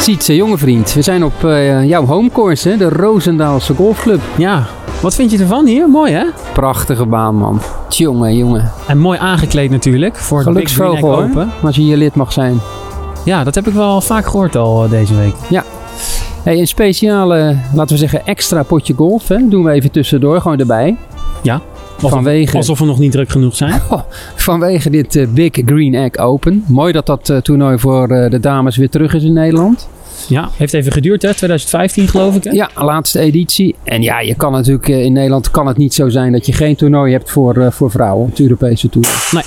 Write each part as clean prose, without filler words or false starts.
Sietse, jonge vriend. We zijn op jouw homecourse, hè? De Roosendaalse Golfclub. Ja, wat vind je ervan hier? Mooi hè? Prachtige baan, man. Jongen. En mooi aangekleed natuurlijk. Voor de Big Green Egg Open. Als je hier lid mag zijn. Ja, dat heb ik wel vaak gehoord al deze week. Ja. Hey, een speciale, laten we zeggen, extra potje golf. Hè? Doen we even tussendoor, gewoon erbij. Ja. Alsof we nog niet druk genoeg zijn. Vanwege dit Big Green Egg Open. Mooi dat toernooi voor de dames weer terug is in Nederland. Ja, heeft even geduurd hè, 2015 geloof ik hè? Ja, laatste editie. En ja, je kan natuurlijk in Nederland kan het niet zo zijn dat je geen toernooi hebt voor vrouwen. Het Europese toernooi. Nee.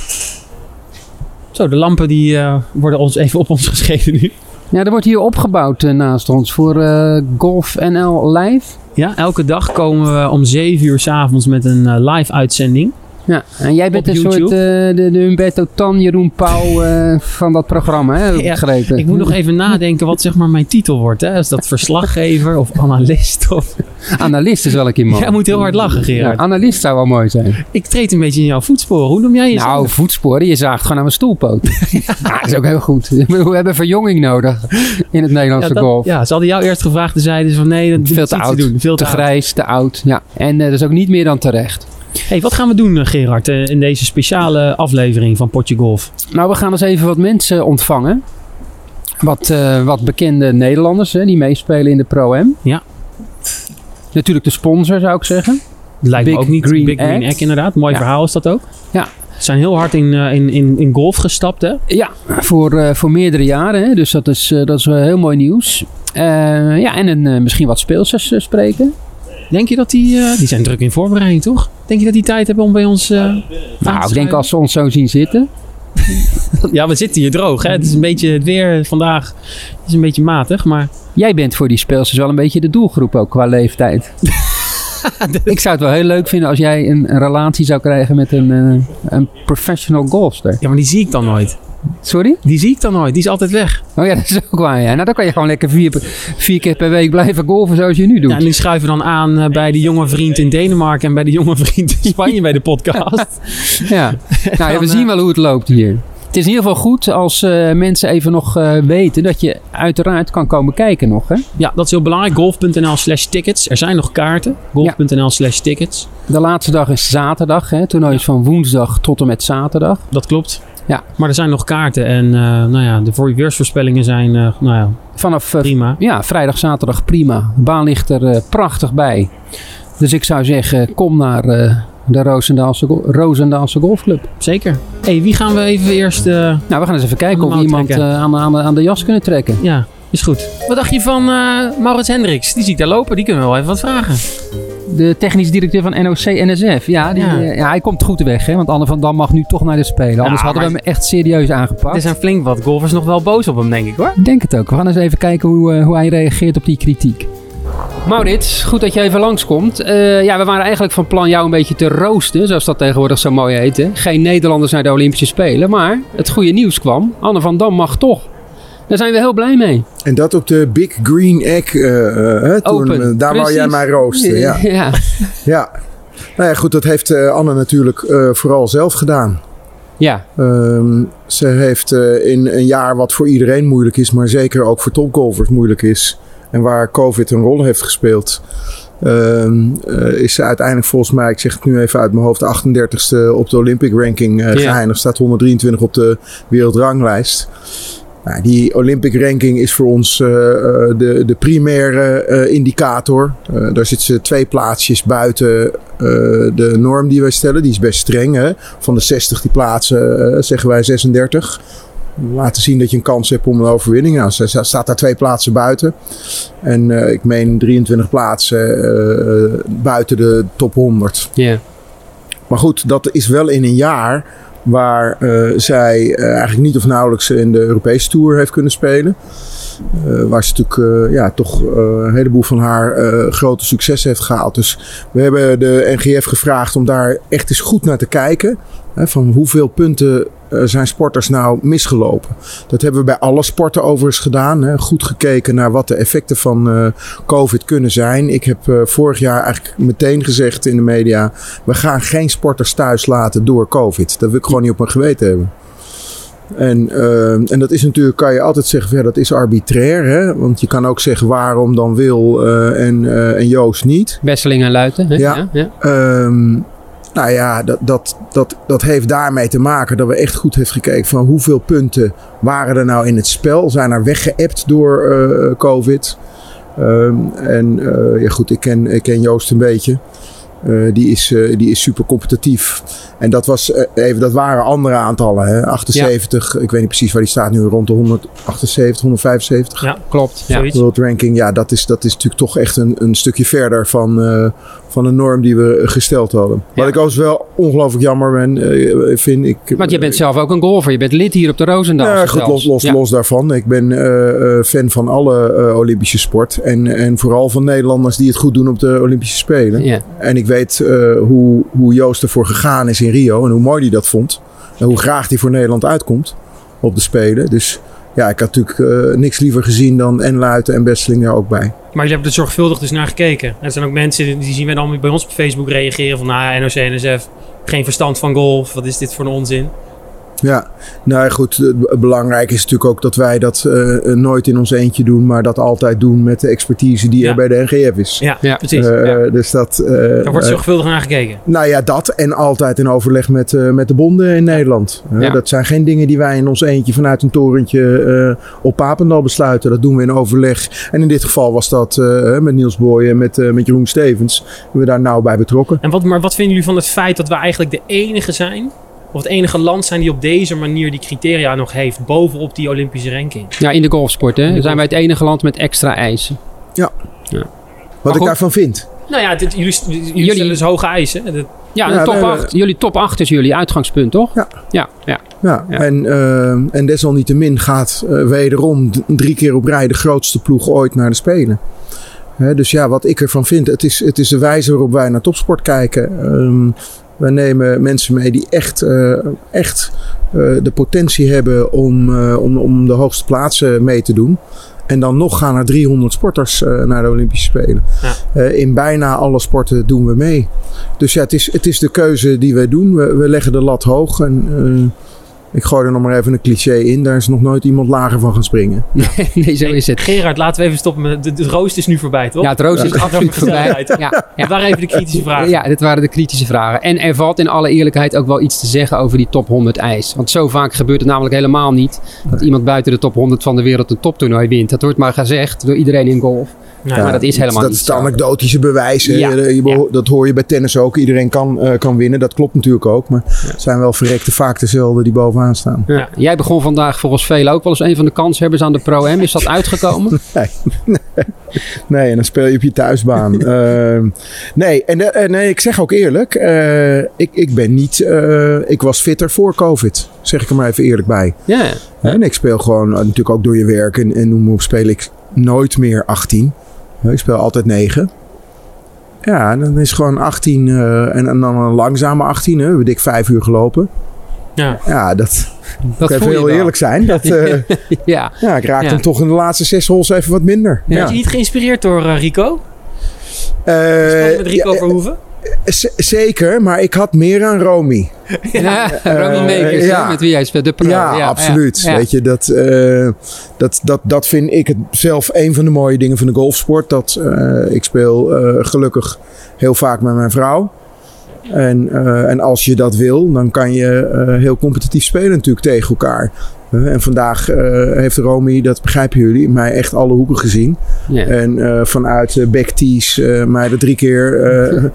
Zo, de lampen die worden even op ons geschreven nu. Ja, er wordt hier opgebouwd naast ons voor Golf NL Live. Ja, elke dag komen we om 7 uur 's avonds met een live uitzending. Ja, en jij bent op een YouTube. soort de Humberto Tan, Jeroen Pauw van dat programma, hè? Ja, ik moet nog even nadenken wat zeg maar mijn titel wordt. Hè? Is dat verslaggever of analist? Of... Analist is wel een keer mooi. Jij moet heel hard lachen, Gerard. Ja, analist zou wel mooi zijn. Ik treed een beetje in jouw voetsporen. Hoe noem jij jezelf? Nou, voetsporen. Je zaagt gewoon aan mijn stoelpoot. Ja, dat is ook heel goed. We hebben verjonging nodig in het Nederlandse golf. Ja, ze hadden jou eerst gevraagd en zeiden van nee, dat veel te oud. Veel te grijs, te oud. Ja. En dat is ook niet meer dan terecht. Hey, wat gaan we doen, Gerard, in deze speciale aflevering van Potje Golf? Nou, we gaan eens even wat mensen ontvangen. Wat bekende Nederlanders hè, die meespelen in de Pro-Am. Ja. Natuurlijk de sponsor, zou ik zeggen. Lijkt Big me ook niet. Green Big Green Egg, inderdaad. Mooi verhaal is dat ook. Ja. Ze zijn heel hard in golf gestapt, hè? Ja, voor meerdere jaren. Hè. Dus dat is heel mooi nieuws. En misschien wat speelsters spreken. Denk je dat die zijn druk in voorbereiding, toch? Denk je dat die tijd hebben om bij ons Nou, ik denk als ze ons zo zien zitten. Ja, we zitten hier droog. Hè? Het is een beetje het weer vandaag is een beetje matig, maar... Jij bent voor die speelsters wel een beetje de doelgroep ook qua leeftijd. Ik zou het wel heel leuk vinden als jij een relatie zou krijgen met een professional golfster. Ja, maar die zie ik dan nooit. Sorry? Die zie ik dan nooit. Die is altijd weg. Oh ja, dat is ook waar. Ja. Nou, dan kan je gewoon lekker 4 keer per week blijven golfen zoals je nu doet. Ja, en die schuiven dan aan bij de jonge vriend in Denemarken en bij de jonge vriend in Spanje bij de podcast. Ja, nou, we zien wel hoe het loopt hier. Het is in ieder geval goed als mensen even nog weten dat je uiteraard kan komen kijken nog. Hè? Ja, dat is heel belangrijk. Golf.nl/tickets. Er zijn nog kaarten. Golf.nl/tickets. De laatste dag is zaterdag. Hè? Toernooi is van woensdag tot en met zaterdag. Dat klopt. Ja. Maar er zijn nog kaarten en de weersvoorspellingen zijn vanaf prima. Ja, vrijdag, zaterdag prima. De baan ligt er prachtig bij. Dus ik zou zeggen, kom naar de Roosendaalse Golfclub. Zeker. Hey, wie gaan we even eerst... Nou, we gaan eens even kijken of we iemand aan de jas kunnen trekken. Ja, is goed. Wat dacht je van Maurits Hendricks? Die zie ik daar lopen, die kunnen we wel even wat vragen. De technisch directeur van NOC-NSF. Ja, hij komt goed weg. Hè? Want Anne van Dam mag nu toch naar de Spelen. Anders hadden we hem echt serieus aangepakt. Er zijn flink wat golfers nog wel boos op hem, denk ik hoor. Ik denk het ook. We gaan eens even kijken hoe hij reageert op die kritiek. Maurits, goed dat je even langskomt. We waren eigenlijk van plan jou een beetje te roosten, zoals dat tegenwoordig zo mooi heet. Hè? Geen Nederlanders naar de Olympische Spelen. Maar het goede nieuws kwam. Anne van Dam mag toch. Daar zijn we heel blij mee. En dat op de Big Green Egg tournament. Daar wou jij mij roosten. Ja. Ja. Nou ja, goed, dat heeft Anne natuurlijk vooral zelf gedaan. Ja. Ze heeft in een jaar wat voor iedereen moeilijk is, maar zeker ook voor topgolfers moeilijk is. En waar COVID een rol heeft gespeeld. Is ze uiteindelijk volgens mij, ik zeg het nu even uit mijn hoofd, de 38ste op de Olympic ranking geëindigd. Staat 123 op de wereldranglijst. Nou, die Olympic ranking is voor ons de primaire indicator. Daar zitten ze 2 plaatsjes buiten de norm die wij stellen. Die is best streng. Hè? Van de 60 die plaatsen zeggen wij 36. Laten zien dat je een kans hebt om een overwinning. Nou, ze staat daar 2 plaatsen buiten. En ik meen 23 plaatsen buiten de top 100. Yeah. Maar goed, dat is wel in een jaar waar zij eigenlijk niet of nauwelijks in de Europese Tour heeft kunnen spelen. Waar ze natuurlijk toch een heleboel van haar grote successen heeft gehaald. Dus we hebben de NGF gevraagd om daar echt eens goed naar te kijken. Hè, van hoeveel punten zijn sporters nou misgelopen. Dat hebben we bij alle sporten overigens gedaan. Hè. Goed gekeken naar wat de effecten van COVID kunnen zijn. Ik heb vorig jaar eigenlijk meteen gezegd in de media, we gaan geen sporters thuis laten door COVID. Dat wil ik gewoon niet op mijn geweten hebben. En dat is natuurlijk, kan je altijd zeggen, ja, dat is arbitrair. Hè? Want je kan ook zeggen waarom dan Wil en Joost niet. Besseling en Luiten. Hè? Ja. Nou ja, dat heeft daarmee te maken dat we echt goed hebben gekeken van hoeveel punten waren er nou in het spel. Zijn er weggeëpt door COVID. Ja goed, ik ken Joost een beetje. Die is super competitief. En dat waren andere aantallen. Hè? 78, ik weet niet precies waar die staat nu. Rond de 178, 175. Ja, klopt. Ja. World ranking, ja, dat is natuurlijk toch echt een stukje verder van de norm die we gesteld hadden. Ja. Wat ik overigens wel ongelooflijk jammer vind. Want je bent zelf ook een golfer. Je bent lid hier op de Roosendaal. Ja, goed, los daarvan. Ik ben fan van alle Olympische sport. En vooral van Nederlanders die het goed doen op de Olympische Spelen. Ja. En ik weet hoe Joost ervoor gegaan is in Rio. En hoe mooi hij dat vond. En hoe graag hij voor Nederland uitkomt op de Spelen. Dus ja, ik had natuurlijk niks liever gezien dan en Luiten en Besseling er ook bij. Maar jullie hebben er zorgvuldig dus naar gekeken. Er zijn ook mensen die zien we dan bij ons op Facebook reageren van NOC, NSF, geen verstand van golf. Wat is dit voor een onzin? Ja, nou goed, belangrijk is natuurlijk ook dat wij dat nooit in ons eentje doen, maar dat altijd doen met de expertise die er bij de NGF is. Ja, precies. Dus daar wordt zorgvuldig naar gekeken. Nou ja, dat en altijd in overleg met de bonden in Nederland. Dat zijn geen dingen die wij in ons eentje vanuit een torentje op Papendal besluiten. Dat doen we in overleg. En in dit geval was dat met Niels Boy en met Jeroen Stevens. We daar nauw bij betrokken. En wat vinden jullie van het feit dat we eigenlijk de enige zijn, of het enige land zijn die op deze manier die criteria nog heeft bovenop die Olympische ranking? Ja, in de golfsport. Hè? Zijn wij het enige land met extra eisen. Ja. Wat ik daarvan vind. Nou ja, jullie stellen dus hoge eisen. Jullie top 8 is jullie uitgangspunt, toch? Ja. En desalniettemin gaat wederom 3 keer op rij de grootste ploeg ooit naar de Spelen. Dus ja, wat ik ervan vind, het is de wijze waarop wij naar topsport kijken. We nemen mensen mee die echt de potentie hebben om de hoogste plaatsen mee te doen. En dan nog gaan er 300 sporters naar de Olympische Spelen. Ja. In bijna alle sporten doen we mee. Dus ja, het is de keuze die wij doen. We leggen de lat hoog. En ik gooi er nog maar even een cliché in. Daar is nog nooit iemand lager van gaan springen. Ja. Nee, zo is het. Gerard, laten we even stoppen. De roost is nu voorbij, toch? Ja, het roost is absoluut voorbij. Dat waren even de kritische vragen. Ja, dit waren de kritische vragen. En er valt in alle eerlijkheid ook wel iets te zeggen over die top 100 ijs. Want zo vaak gebeurt het namelijk helemaal niet dat iemand buiten de top 100 van de wereld een toptoernooi wint. Dat wordt maar gezegd door iedereen in golf. Ja, maar dat is helemaal niet zo. Dat is het anekdotische bewijs. Ja. Dat hoor je bij tennis ook. Iedereen kan winnen. Dat klopt natuurlijk ook. Maar het zijn wel verrekte vaak dezelfde die bovenaan staan. Ja. Jij begon vandaag volgens velen ook wel eens een van de kanshebbers aan de Pro-Am. Is dat uitgekomen? Nee, en dan speel je op je thuisbaan. Nee, ik zeg ook eerlijk. Ik ben niet... ik was fitter voor COVID. Zeg ik er maar even eerlijk bij. Ja. En ik speel gewoon natuurlijk ook door je werk. En noem maar op, speel ik nooit meer 18. Ik speel altijd 9. Ja, dan is gewoon 18 en dan een langzame 18. We hebben dik 5 uur gelopen. Ja, dat kan even heel eerlijk zijn. Dat, ik raak dan toch in de laatste 6 holes even wat minder. Ben je niet geïnspireerd door Rico? Met Rico Verhoeven? Zeker, maar ik had meer aan Romy. Romy Makers, met wie jij speelt, de pro. Ja, absoluut. Ja. Weet je, dat vind ik zelf een van de mooie dingen van de golfsport. Ik speel gelukkig heel vaak met mijn vrouw. En als je dat wil, dan kan je heel competitief spelen natuurlijk tegen elkaar. En vandaag heeft Romy, dat begrijpen jullie, mij echt alle hoeken gezien. Ja. En vanuit backtees mij er 3 keer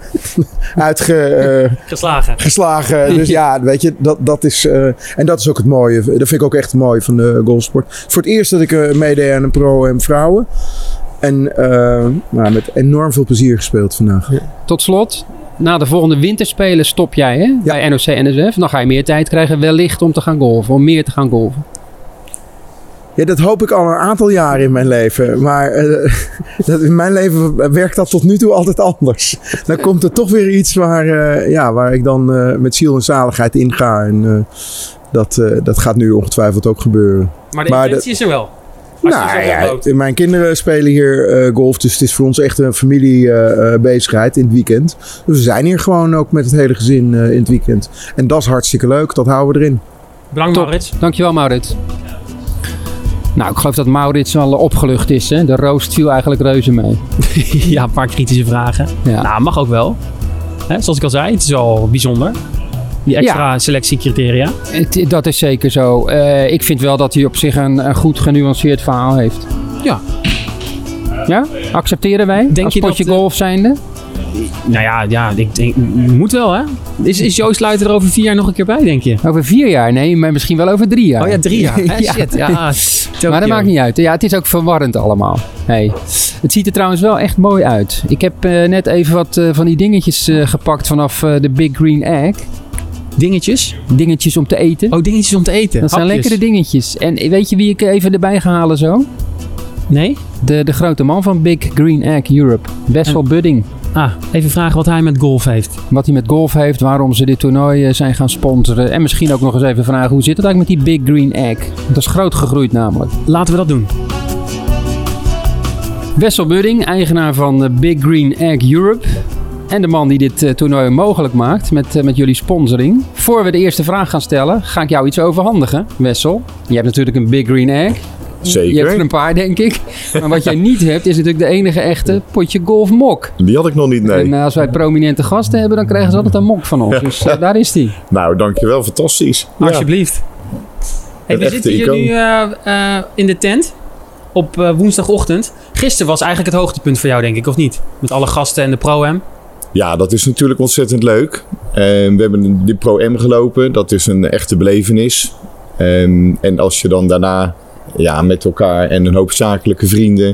geslagen. Dus ja, weet je, dat is... en dat is ook het mooie. Dat vind ik ook echt mooi van de golfsport. Voor het eerst dat ik meedeed aan een pro en vrouwen. En met enorm veel plezier gespeeld vandaag. Ja. Tot slot... Na de volgende winterspelen stop jij bij NOC-NSF. Dan ga je meer tijd krijgen wellicht om te gaan golfen. Om meer te gaan golfen. Ja, dat hoop ik al een aantal jaren in mijn leven. Maar in mijn leven werkt dat tot nu toe altijd anders. Dan komt er toch weer iets waar ik dan met ziel en zaligheid in ga. En dat gaat nu ongetwijfeld ook gebeuren. Maar de intentie is er wel. Mijn kinderen spelen hier golf. Dus het is voor ons echt een familiebezigheid in het weekend. Dus we zijn hier gewoon ook met het hele gezin in het weekend. En dat is hartstikke leuk. Dat houden we erin. Bedankt, Maurits. Dankjewel, Maurits. Nou, ik geloof dat Maurits al opgelucht is. Hè? De roost viel eigenlijk reuze mee. Ja, een paar kritische vragen. Ja. Nou, mag ook wel. Hè, zoals ik al zei, het is al bijzonder. Die extra selectiecriteria. Dat is zeker zo. Ik vind wel dat hij op zich een goed genuanceerd verhaal heeft. Ja. Ja? Accepteren wij? Denk als je potje dat, golf zijnde? Nou ja, ik denk, moet wel, hè? Is Joost Luiten er over 4 jaar nog een keer bij, denk je? Over 4 jaar? Nee, maar misschien wel over 3 jaar. Oh ja, 3 jaar. Ja. Shit, ja. Maar dat maakt niet uit. Ja, het is ook verwarrend allemaal. Hey. Het ziet er trouwens wel echt mooi uit. Ik heb net even wat van die dingetjes gepakt vanaf de Big Green Egg. Dingetjes om te eten. Oh, dingetjes om te eten. Dat zijn lekkere dingetjes. En weet je wie ik even erbij ga halen zo? Nee? De grote man van Big Green Egg Europe. Wessel Budding. Even vragen wat hij met golf heeft. Wat hij met golf heeft, waarom ze dit toernooi zijn gaan sponsoren. En misschien ook nog eens even vragen, hoe zit het eigenlijk met die Big Green Egg? Dat is groot gegroeid namelijk. Laten we dat doen. Wessel Budding, eigenaar van Big Green Egg Europe. En de man die dit toernooi mogelijk maakt met jullie sponsoring. Voor we de eerste vraag gaan stellen, ga ik jou iets overhandigen, Wessel. Je hebt natuurlijk een Big Green Egg. Zeker. Je hebt er een paar, denk ik. Maar wat jij niet hebt, is natuurlijk de enige echte potje golf mok. Die had ik nog niet, nee. En als wij prominente gasten hebben, dan krijgen ze altijd een mok van ons. Dus daar is die. Nou, dankjewel. Fantastisch. Alsjeblieft. Hey, we zitten hier nu in de tent op woensdagochtend. Gisteren was eigenlijk het hoogtepunt voor jou, denk ik, of niet? Met alle gasten en de Pro-Am. Ja, dat is natuurlijk ontzettend leuk. We hebben de Pro-Am gelopen. Dat is een echte belevenis. En als je dan daarna met elkaar en een hoop zakelijke vrienden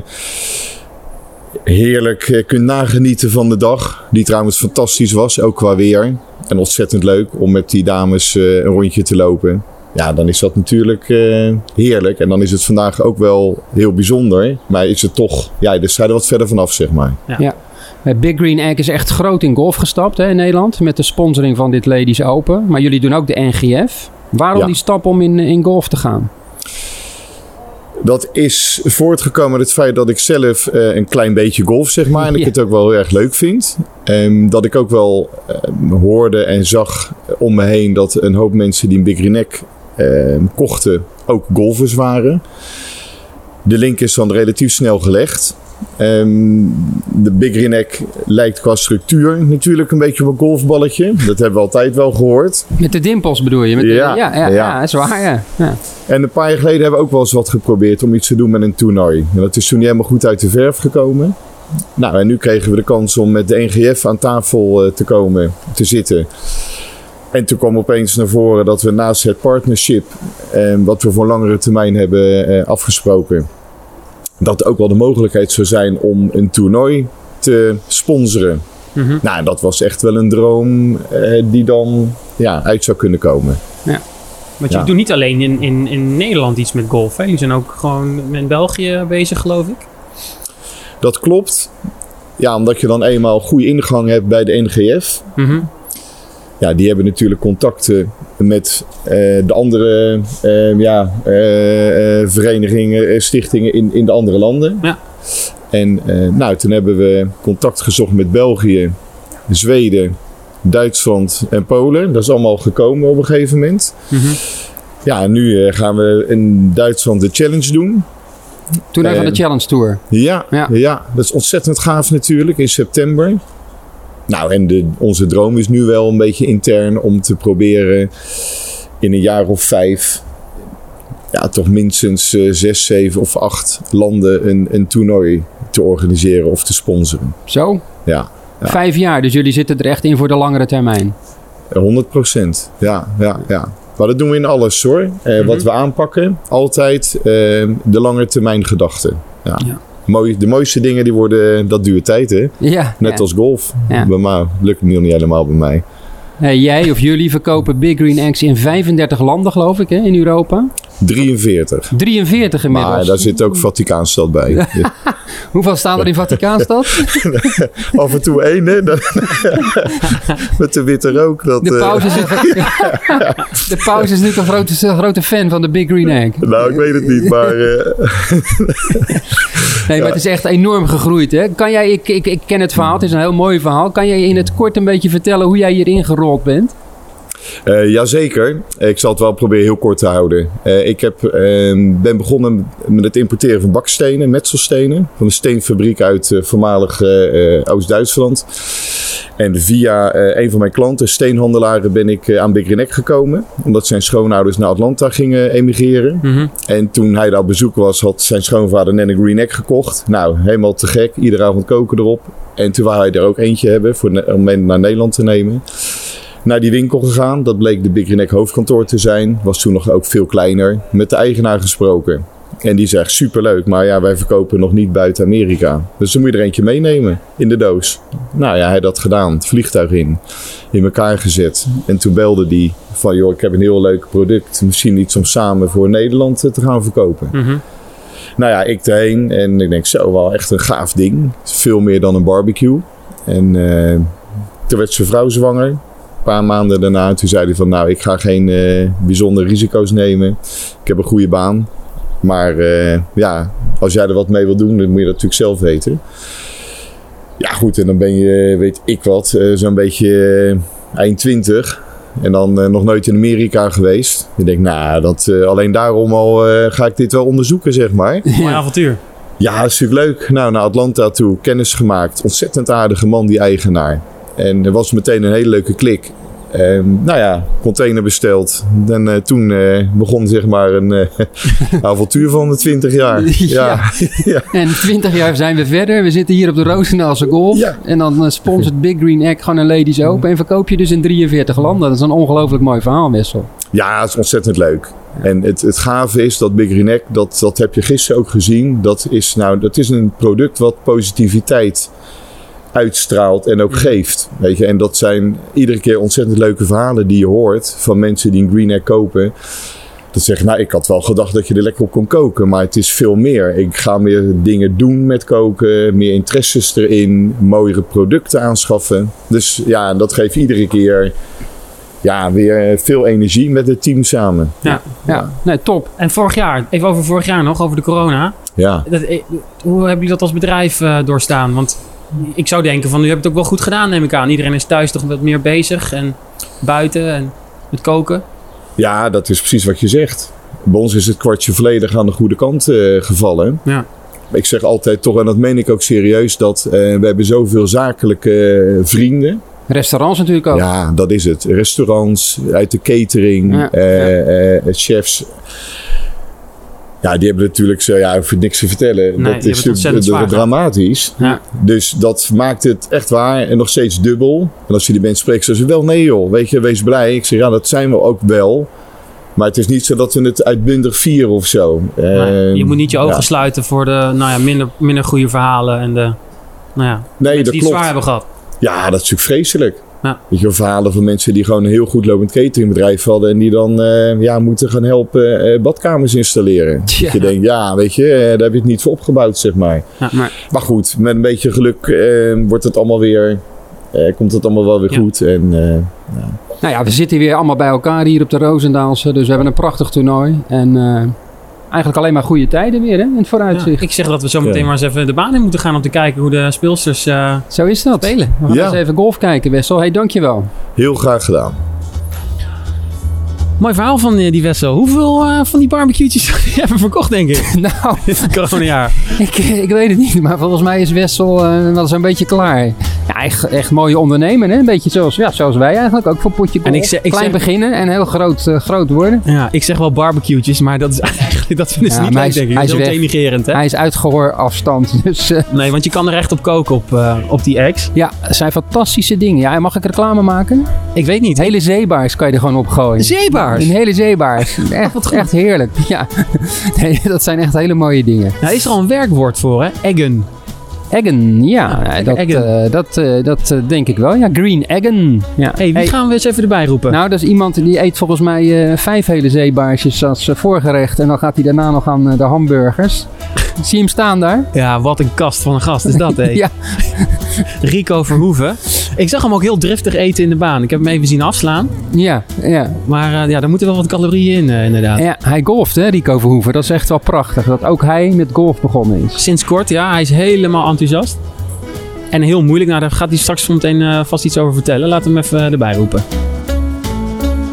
heerlijk kunt nagenieten van de dag. Die trouwens fantastisch was, ook qua weer. En ontzettend leuk om met die dames een rondje te lopen. Ja, dan is dat natuurlijk heerlijk. En dan is het vandaag ook wel heel bijzonder. Maar is het toch, de strijd er wat verder vanaf, zeg maar. Ja. Big Green Egg is echt groot in golf gestapt in Nederland. Met de sponsoring van dit Ladies Open. Maar jullie doen ook de NGF. Waarom die stap om in golf te gaan? Dat is voortgekomen uit het feit dat ik zelf een klein beetje golf, zeg maar. En ik het ook wel heel erg leuk vind. Dat ik ook wel hoorde en zag om me heen dat een hoop mensen die een Big Green Egg kochten ook golfers waren. De link is dan relatief snel gelegd. De Big Green Egg lijkt qua structuur natuurlijk een beetje op een golfballetje. Dat hebben we altijd wel gehoord. Met de dimpels bedoel je? Ja, dat is waar, ja. En een paar jaar geleden hebben we ook wel eens wat geprobeerd om iets te doen met een toernooi. En dat is toen niet helemaal goed uit de verf gekomen. Nou, en nu kregen we de kans om met de NGF aan tafel te zitten. En toen kwam opeens naar voren dat we naast het partnership, wat we voor langere termijn hebben afgesproken, dat er ook wel de mogelijkheid zou zijn om een toernooi te sponsoren. Mm-hmm. Nou, dat was echt wel een droom die dan uit zou kunnen komen. Ja. Want je doet niet alleen in Nederland iets met golf. Hè? Jullie zijn ook gewoon in België bezig, geloof ik. Dat klopt. Ja, omdat je dan eenmaal goede ingang hebt bij de NGF. Mm-hmm. Ja, die hebben natuurlijk contacten met de andere verenigingen, stichtingen in de andere landen. Ja. En toen hebben we contact gezocht met België, Zweden, Duitsland en Polen. Dat is allemaal gekomen op een gegeven moment. Mm-hmm. Ja, en nu gaan we in Duitsland de Challenge doen. Toen van de Challenge Tour. Ja, dat is ontzettend gaaf natuurlijk in september. Nou, en onze droom is nu wel een beetje intern om te proberen in een jaar of 5... toch minstens 6, 7 of 8 landen een toernooi te organiseren of te sponsoren. Zo? Ja. 5 jaar, dus jullie zitten er echt in voor de langere termijn? 100%, ja. Maar dat doen we in alles hoor. Wat we aanpakken, altijd de lange termijn gedachte. Ja. De mooiste dingen, dat duurt tijd hè. Ja, net als golf. Ja. Maar lukt het nog niet helemaal bij mij. Jij of jullie verkopen Big Green Eggs in 35 landen, geloof ik, hè, in Europa? 43. 43 inmiddels. Maar daar zit ook Vaticaanstad bij. Hoeveel staan er in Vaticaanstad? Af en toe 1, hè? Met de witte rook. De paus is nu een grote fan van de Big Green Egg. Nou, ik weet het niet, maar... Nee, maar het is echt enorm gegroeid, hè? Kan jij, ik ken het verhaal, het is een heel mooi verhaal. Kan jij in het kort een beetje vertellen hoe jij hierin gerold bent? Jazeker. Ik zal het wel proberen heel kort te houden. Ik ben begonnen met het importeren van bakstenen, metselstenen. Van een steenfabriek uit voormalig Oost-Duitsland. En via een van mijn klanten, steenhandelaren, ben ik aan Big Green Egg gekomen. Omdat zijn schoonouders naar Atlanta gingen emigreren. Mm-hmm. En toen hij daar op bezoek was, had zijn schoonvader net een Green Egg gekocht. Nou, helemaal te gek. Iedere avond koken erop. En toen wou hij er ook eentje hebben om mee naar Nederland te nemen. Naar die winkel gegaan. Dat bleek de Big Green Egg hoofdkantoor te zijn. Was toen nog ook veel kleiner. Met de eigenaar gesproken. En die zegt, superleuk, maar ja, wij verkopen nog niet buiten Amerika. Dus dan moet je er eentje meenemen in de doos. Nou ja, hij had dat gedaan. Het vliegtuig in elkaar gezet. En toen belde hij van, joh, ik heb een heel leuk product. Misschien iets om samen voor Nederland te gaan verkopen. Mm-hmm. Nou ja, ik erheen en ik denk, zo, wel echt een gaaf ding. Veel meer dan een barbecue. En toen werd zijn vrouw zwanger. Een paar maanden daarna, toen zei hij van, nou, ik ga geen bijzondere risico's nemen. Ik heb een goede baan. Maar ja, als jij er wat mee wil doen, dan moet je dat natuurlijk zelf weten. Ja goed, en dan ben je, weet ik wat, zo'n beetje eind 20. En dan nog nooit in Amerika geweest. Ik denk, nou, alleen daarom al ga ik dit wel onderzoeken, zeg maar. Mooi avontuur. Ja, dat is natuurlijk leuk. Nou, naar Atlanta toe, kennis gemaakt. Ontzettend aardige man, die eigenaar. En er was meteen een hele leuke klik. Nou ja, container besteld. En toen begon zeg maar een avontuur van de 20 jaar. Ja. Ja. En 20 jaar zijn we verder. We zitten hier op de Roosendaalse Golf. Ja. En dan sponsort Big Green Egg gewoon een Ladies Open. En verkoop je dus in 43 landen. Dat is een ongelooflijk mooi verhaal, Wessel. Ja, het is ontzettend leuk. En het gave is dat Big Green Egg, dat heb je gisteren ook gezien. Dat is een product wat positiviteit uitstraalt en ook geeft. Weet je? En dat zijn iedere keer ontzettend leuke verhalen die je hoort van mensen die een Green Egg kopen. Dat zeggen, nou, ik had wel gedacht dat je er lekker op kon koken, maar het is veel meer. Ik ga meer dingen doen met koken, meer interesses erin, mooiere producten aanschaffen. Dus ja, dat geeft iedere keer weer veel energie met het team samen. Ja. Nee, top. En vorig jaar, even over vorig jaar nog, over de corona. Ja. Hoe hebben jullie dat als bedrijf doorstaan? Want ik zou denken van, u hebt het ook wel goed gedaan, neem ik aan. Iedereen is thuis toch wat meer bezig en buiten en met koken. Ja, dat is precies wat je zegt. Bij ons is het kwartje volledig aan de goede kant gevallen. Ja. Ik zeg altijd toch, en dat meen ik ook serieus, dat we hebben zoveel zakelijke vrienden. Restaurants natuurlijk ook. Ja, dat is het. Restaurants, uit de catering, chefs. Ja, die hebben natuurlijk zo, ik hoef niks te vertellen. Nee, dat is natuurlijk dramatisch. Ja. Dus dat maakt het echt waar en nog steeds dubbel. En als je die mensen spreekt, zeggen ze wel, nee joh, weet je, wees blij. Ik zeg, ja, dat zijn we ook wel. Maar het is niet zo dat we het uitbundig vieren of zo. Nee, je moet niet je ogen sluiten voor de minder goede verhalen en de mensen die het zwaar hebben gehad. Ja, dat is natuurlijk vreselijk. Ja. Weet je, verhalen van mensen die gewoon een heel goed lopend cateringbedrijf hadden en die dan moeten gaan helpen badkamers installeren. Ja. Dat je denkt, weet je, daar heb je het niet voor opgebouwd, zeg maar. Ja, maar goed, met een beetje geluk wordt het allemaal weer, komt het allemaal wel weer goed. En, Nou ja, we zitten weer allemaal bij elkaar hier op de Roosendaalse, dus we hebben een prachtig toernooi. En eigenlijk alleen maar goede tijden weer, hè, in het vooruitzicht. Ik zeg dat we zo meteen maar eens even de baan in moeten gaan om te kijken hoe de speelsters zo is dat. Spelen. We gaan eens even golf kijken, Wessel. Hey, dankjewel. Heel graag gedaan. Mooi verhaal van die Wessel. Hoeveel van die barbecue'tjes heb je even verkocht, denk ik? Nou, coronajaar. Ik weet het niet, maar volgens mij is Wessel wel zo'n beetje klaar. Ja, echt mooie ondernemer, hè? Een beetje zoals wij eigenlijk, ook voor potje golf. En klein beginnen en heel groot worden. Ja, ik zeg wel barbecue'tjes, maar dat is eigenlijk, dat vinden ze niet leuk, denk ik. Hij is heel denigrerend, hè? Hij is uitgehoor afstand, dus... Nee, want je kan er echt op koken op die eggs. Ja, het zijn fantastische dingen. Ja, mag ik reclame maken? Ik weet niet. Hele zeebaars kan je er gewoon op gooien. Zeebaars? Een hele zeebaars. Echt heerlijk. Ja, nee, dat zijn echt hele mooie dingen. Nou, is er al een werkwoord voor, hè? Eggen. Eggen, dat denk ik wel. Ja, green eggen. Ja. Hey, wie gaan we eens even erbij roepen? Nou, dat is iemand die eet volgens mij 5 hele zeebaarsjes als voorgerecht. En dan gaat hij daarna nog aan de hamburgers. Zie je hem staan daar? Ja, wat een kast van een gast is dat, hè? Ja. Rico Verhoeven. Ik zag hem ook heel driftig eten in de baan. Ik heb hem even zien afslaan. Ja. Maar daar moeten wel wat calorieën in, inderdaad. Ja, hij golft, hè, Rico Verhoeven. Dat is echt wel prachtig. Dat ook hij met golf begonnen is. Sinds kort, ja. Hij is helemaal enthousiast. En heel moeilijk. Nou, daar gaat hij straks meteen vast iets over vertellen. Laat hem even erbij roepen.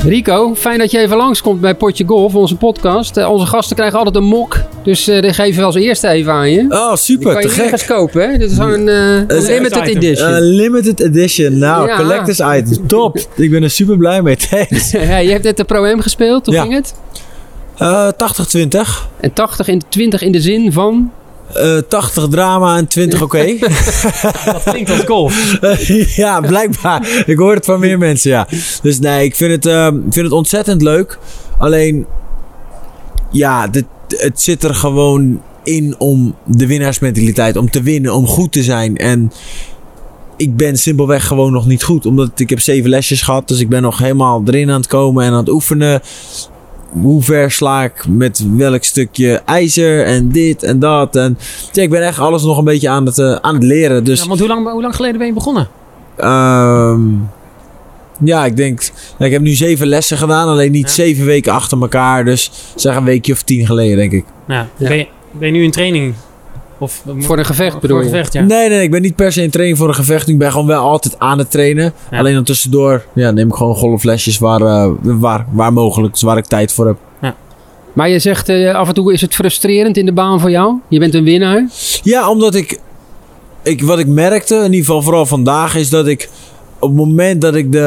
Rico, fijn dat je even langskomt bij Potje Golf, onze podcast. Onze gasten krijgen altijd een mok, dus die geven we als eerste even aan je. Oh, super, die kan je nergens kopen, hè? Dit is gewoon een limited edition. Limited edition, nou, collectors item, top. Ik ben er super blij mee, thanks. Je hebt net de Pro-Am gespeeld, hoe ging het? 80-20. En 20 in de zin van? 80 drama en 20 oké. Dat klinkt als golf. Ja, blijkbaar. Ik hoor het van meer mensen, ja. Dus nee, ik vind het ontzettend leuk. Alleen, ja, het zit er gewoon in om de winnaarsmentaliteit. Om te winnen, om goed te zijn. En ik ben simpelweg gewoon nog niet goed. Omdat ik heb 7 lesjes gehad. Dus ik ben nog helemaal erin aan het komen en aan het oefenen. Hoe ver sla ik met welk stukje ijzer en dit en dat. En ja, ik ben echt alles nog een beetje aan het leren. Dus, ja, want hoe lang geleden ben je begonnen? Ja, ik denk... ik heb nu 7 lessen gedaan. Alleen niet 7 weken achter elkaar. Dus zeg een weekje of 10 geleden, denk ik. Ja. Ben je nu in training? Of, voor een gevecht bedoel je? Gevecht, ja. Nee, ik ben niet per se in training voor een gevecht. Ik ben gewoon wel altijd aan het trainen. Ja. Alleen dan tussendoor neem ik gewoon golfflesjes waar mogelijk. Dus waar ik tijd voor heb. Ja. Maar je zegt af en toe is het frustrerend in de baan voor jou? Je bent een winnaar? Ja, omdat wat ik merkte, in ieder geval vooral vandaag, is dat ik op het moment dat ik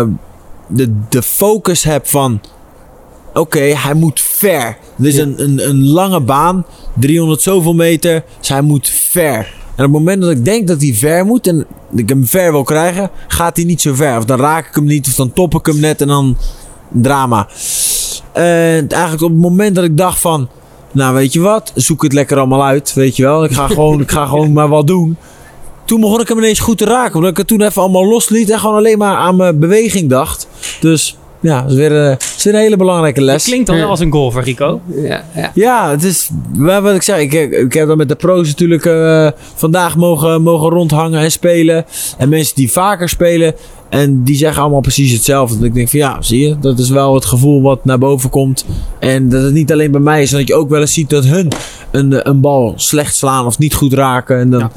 de focus heb van... Oké, hij moet ver. Dit is een lange baan, 300 zoveel meter, dus hij moet ver. En op het moment dat ik denk dat hij ver moet en ik hem ver wil krijgen, gaat hij niet zo ver. Of dan raak ik hem niet, of dan top ik hem net en dan drama. En eigenlijk op het moment dat ik dacht van... Nou, weet je wat? Zoek het lekker allemaal uit, weet je wel. Ik ga gewoon maar wat doen. Toen begon ik hem ineens goed te raken. Omdat ik het toen even allemaal losliet en gewoon alleen maar aan mijn beweging dacht. Dus... ja, dat is weer een hele belangrijke les. Het klinkt dan wel als een golfer, Rico. Ja, het is wat ik zeg. Ik heb dan met de pro's natuurlijk vandaag mogen rondhangen en spelen. En mensen die vaker spelen. En die zeggen allemaal precies hetzelfde. Dat ik denk van ja, zie je. Dat is wel het gevoel wat naar boven komt. En dat het niet alleen bij mij is. En dat je ook wel eens ziet dat hun een bal slecht slaan of niet goed raken. En dan,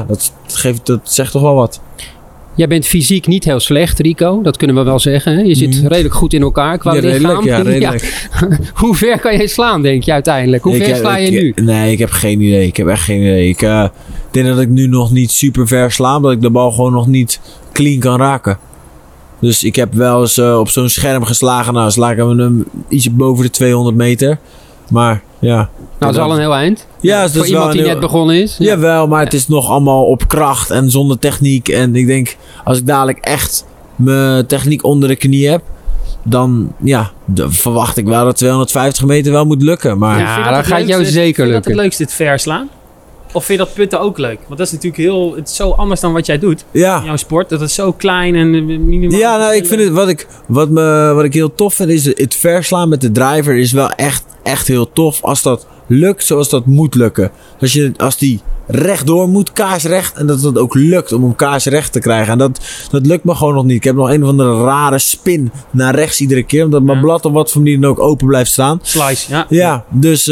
dat zegt toch wel wat. Jij bent fysiek niet heel slecht, Rico. Dat kunnen we wel zeggen. Hè? Je zit redelijk goed in elkaar qua lichaam. Redelijk. Hoe ver kan jij slaan, denk je uiteindelijk? Hoe ver sla je nu? Nee, ik heb geen idee. Ik heb echt geen idee. Ik denk dat ik nu nog niet super ver sla. Omdat ik de bal gewoon nog niet clean kan raken. Dus ik heb wel eens op zo'n scherm geslagen. Nou, sla ik hem iets boven de 200 meter. Maar ja. Nou, dat is al een heel eind. Ja, dus voor iemand die net begonnen is. Ja. Jawel, maar het is nog allemaal op kracht en zonder techniek. En ik denk, als ik dadelijk echt mijn techniek onder de knie heb... dan verwacht ik wel dat 250 meter wel moet lukken. Maar ja, dat gaat jou zeker lukken. Vind je dat het leukste, het verslaan? Of vind je dat putten ook leuk? Want dat is natuurlijk het is zo anders dan wat jij doet in jouw sport. Dat is zo klein en minimaal. Ja, nou, ik vind het wat ik heel tof vind is het verslaan met de driver is wel echt heel tof als dat lukt zoals dat moet lukken. Als die rechtdoor moet, kaarsrecht, en dat het ook lukt om hem kaarsrecht te krijgen. En dat lukt me gewoon nog niet. Ik heb nog een of andere rare spin naar rechts iedere keer, omdat mijn blad op wat voor manier dan ook open blijft staan. Slice, ja. Ja, dus...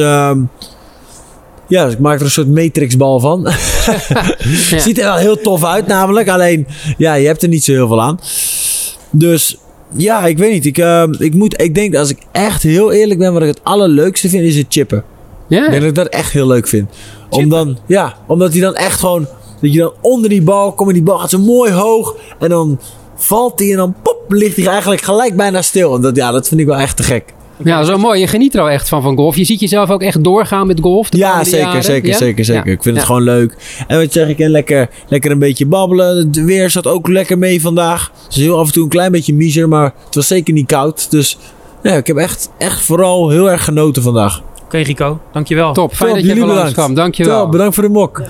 dus ik maak er een soort matrixbal van. Ziet er wel heel tof uit namelijk. Alleen, je hebt er niet zo heel veel aan. Dus, ja, ik weet niet. Ik denk dat als ik echt heel eerlijk ben... wat ik het allerleukste vind, is het chippen. Yeah. Ik denk dat ik dat echt heel leuk vind. Omdat hij dan echt gewoon... dat je dan onder die bal komt en die bal gaat zo mooi hoog. En dan valt hij en dan pop, ligt hij eigenlijk gelijk bijna stil. En dat vind ik wel echt te gek. Ja, zo mooi. Je geniet er wel echt van golf. Je ziet jezelf ook echt doorgaan met golf. Ja, zeker. Ja? Ik vind het gewoon leuk. En wat zeg ik, lekker een beetje babbelen. Het weer zat ook lekker mee vandaag. Het is heel af en toe een klein beetje miser, maar het was zeker niet koud. Dus ja, ik heb echt vooral heel erg genoten vandaag. Oké, Rico, dankjewel. Top, fijn dat je even langs kwam. Dankjewel. Top, bedankt voor de mok.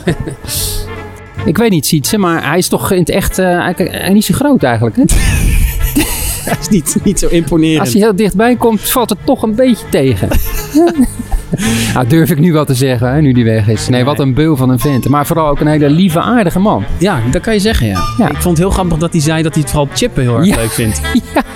Ik weet niet, Sietse, maar hij is toch in het echt eigenlijk niet zo groot eigenlijk, hè? Dat is niet zo imponerend. Als hij heel dichtbij komt, valt het toch een beetje tegen. Nou, durf ik nu wel te zeggen, hè, nu die weg is. Nee, wat een beul van een vent. Maar vooral ook een hele lieve, aardige man. Ja, dat kan je zeggen, ja. Ik vond het heel grappig dat hij zei dat hij het vooral chippen heel erg leuk vindt. Ja,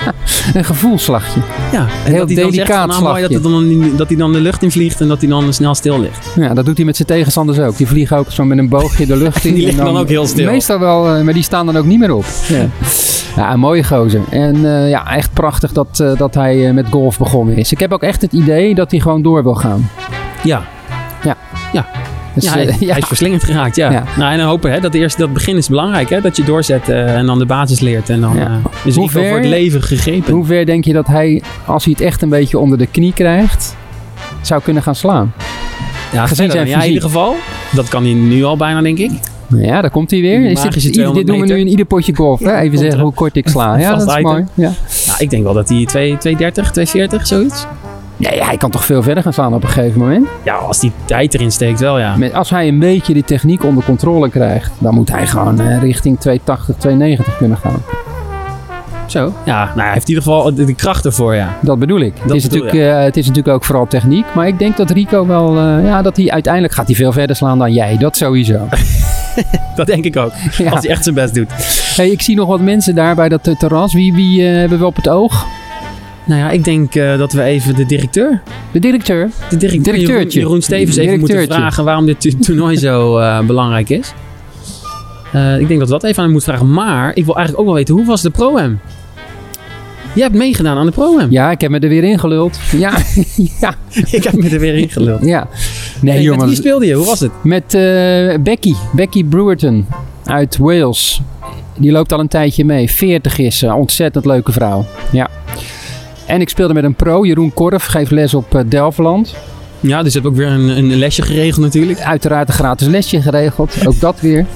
Een gevoelsslagje. Ja, en Heel dat hij dan zegt delicaat van, mooi dat hij dan de lucht in vliegt en dat hij dan snel stil ligt. Ja, dat doet hij met zijn tegenstanders ook. Die vliegen ook zo met een boogje de lucht in. Die liggen dan ook heel stil. Meestal wel, maar die staan dan ook niet meer op. Ja, een mooie gozer. En echt prachtig dat hij met golf begonnen is. Ik heb ook echt het idee dat hij gewoon door wil gaan. Ja. Dus, Hij is verslingend geraakt, ja. Nou, en dan hopen hè, dat begin is belangrijk, hè, dat je doorzet en dan de basis leert. En dan is Rico voor het leven gegrepen. Hoe ver denk je dat hij, als hij het echt een beetje onder de knie krijgt, zou kunnen gaan slaan? Ja, gezien zijn in ieder geval. Dat kan hij nu al bijna, denk ik. Ja, daar komt hij weer. Dit doen we nu in ieder potje golf. Hè? Even zeggen hoe kort ik sla. Ja, dat is mooi. Ja. Nou, ik denk wel dat hij 230, 240, zoiets. Nee, hij kan toch veel verder gaan slaan op een gegeven moment? Ja, als die tijd erin steekt wel, ja. Als hij een beetje die techniek onder controle krijgt, dan moet hij gewoon richting 280, 290 kunnen gaan. Zo? Ja, nou, hij heeft in ieder geval de kracht ervoor, ja. Dat bedoel ik. Het is natuurlijk ook vooral techniek. Maar ik denk dat Rico wel, dat hij uiteindelijk gaat hij veel verder slaan dan jij. Dat sowieso. Dat denk ik ook. Ja. Als hij echt zijn best doet. Hey, ik zie nog wat mensen daar bij dat terras. Wie hebben we op het oog? Nou ja, ik denk dat we even de directeur. De directeur? De directeurtje. Jeroen Stevens even moeten vragen waarom dit toernooi zo belangrijk is. Ik denk dat we dat even aan hem moeten vragen. Maar ik wil eigenlijk ook wel weten, hoe was de Pro-Am? Je hebt meegedaan aan de Pro-Am. Ja, ik heb me er weer ingeluld. Ja. Ik heb me er weer ingeluld. Ja. Nee, jongen. Met wie speelde je? Hoe was het? Met Becky Brewerton uit Wales. Die loopt al een tijdje mee. 40 is ze. Ontzettend leuke vrouw. Ja. En ik speelde met een pro, Jeroen Korf, geeft les op Delftland. Ja, dus je hebt ook weer een lesje geregeld natuurlijk. Uiteraard een gratis lesje geregeld, ook dat weer.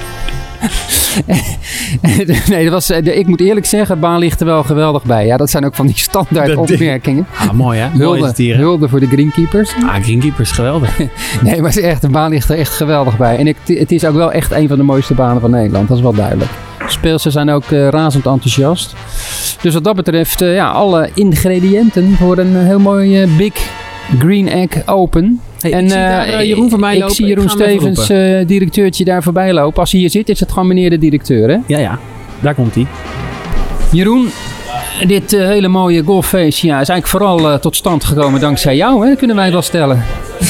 Nee, ik moet eerlijk zeggen, baan ligt er wel geweldig bij. Ja, dat zijn ook van die standaard opmerkingen. Ah, mooi hè? Hulde voor de greenkeepers. Ah, greenkeepers, geweldig. Nee, maar de baan ligt er echt geweldig bij. En het is ook wel echt een van de mooiste banen van Nederland, dat is wel duidelijk. Speelsters zijn ook razend enthousiast. Dus wat dat betreft, alle ingrediënten voor een heel mooi Big Green Egg Open. Hey, en ik zie daar Jeroen voorbij lopen. Ik zie Jeroen Stevens, directeurtje, daar voorbij lopen. Als hij hier zit, is het gewoon meneer de directeur, hè? Ja, daar komt hij. Jeroen, dit hele mooie golffeest is eigenlijk vooral tot stand gekomen dankzij jou, hè? Kunnen wij wel stellen.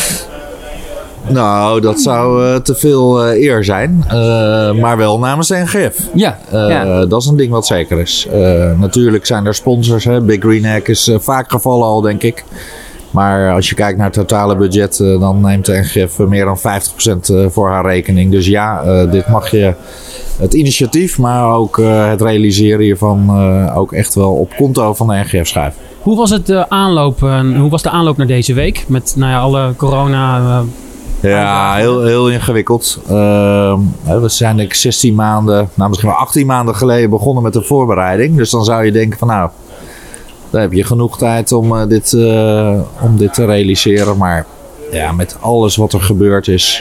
Nou, dat zou te veel eer zijn. Maar wel namens de NGF. Ja. Dat is een ding wat zeker is. Natuurlijk zijn er sponsors. Hè. Big Green Egg is vaak gevallen al, denk ik. Maar als je kijkt naar het totale budget, dan neemt de NGF meer dan 50% voor haar rekening. Dus ja, dit mag je het initiatief, maar ook het realiseren hiervan ook echt wel op konto van de NGF schuiven. Hoe was het hoe was de aanloop naar deze week? Met alle corona... Ja, heel ingewikkeld. We zijn denk ik 16 maanden, misschien wel 18 maanden geleden begonnen met de voorbereiding. Dus dan zou je denken van nou, dan heb je genoeg tijd om dit te realiseren. Maar ja, met alles wat er gebeurd is,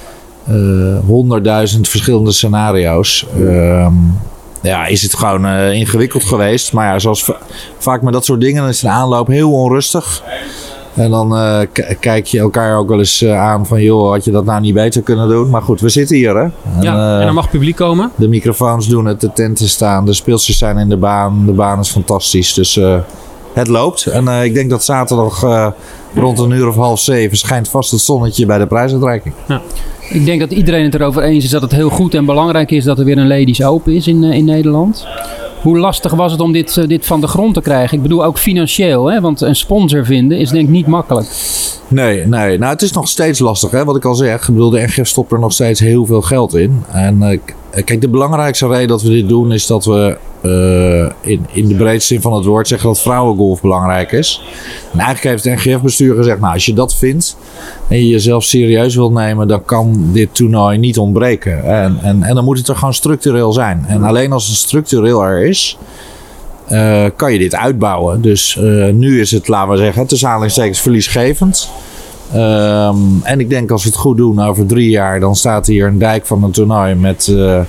100.000 verschillende scenario's, is het gewoon ingewikkeld geweest. Maar ja, zoals vaak met dat soort dingen is de aanloop heel onrustig. En dan kijk je elkaar ook wel eens aan van joh, had je dat nou niet beter kunnen doen? Maar goed, we zitten hier hè. En er mag publiek komen. De microfoons doen het, de tenten staan, de speelsters zijn in de baan. De baan is fantastisch, dus het loopt. En ik denk dat zaterdag rond 6:30 schijnt vast het zonnetje bij de prijsuitreiking. Ja. Ik denk dat iedereen het erover eens is dat het heel goed en belangrijk is dat er weer een Ladies Open is in Nederland. Hoe lastig was het om dit van de grond te krijgen? Ik bedoel ook financieel, hè? Want een sponsor vinden is denk ik niet makkelijk. Nee. Nou, het is nog steeds lastig, hè? Wat ik al zeg. Ik bedoel, de NGF stopt er nog steeds heel veel geld in. En kijk, de belangrijkste reden dat we dit doen is dat we in de breedste zin van het woord zeggen dat vrouwengolf belangrijk is. En eigenlijk heeft het NGF-bestuur gezegd, nou, als je dat vindt en je jezelf serieus wilt nemen, dan kan dit toernooi niet ontbreken. En dan moet het er gewoon structureel zijn. En alleen als het structureel er is, kan je dit uitbouwen. Dus nu is het, laten we zeggen, tussen aanhalingstekens verliesgevend. En ik denk als we het goed doen over 3 jaar, dan staat hier een dijk van een toernooi met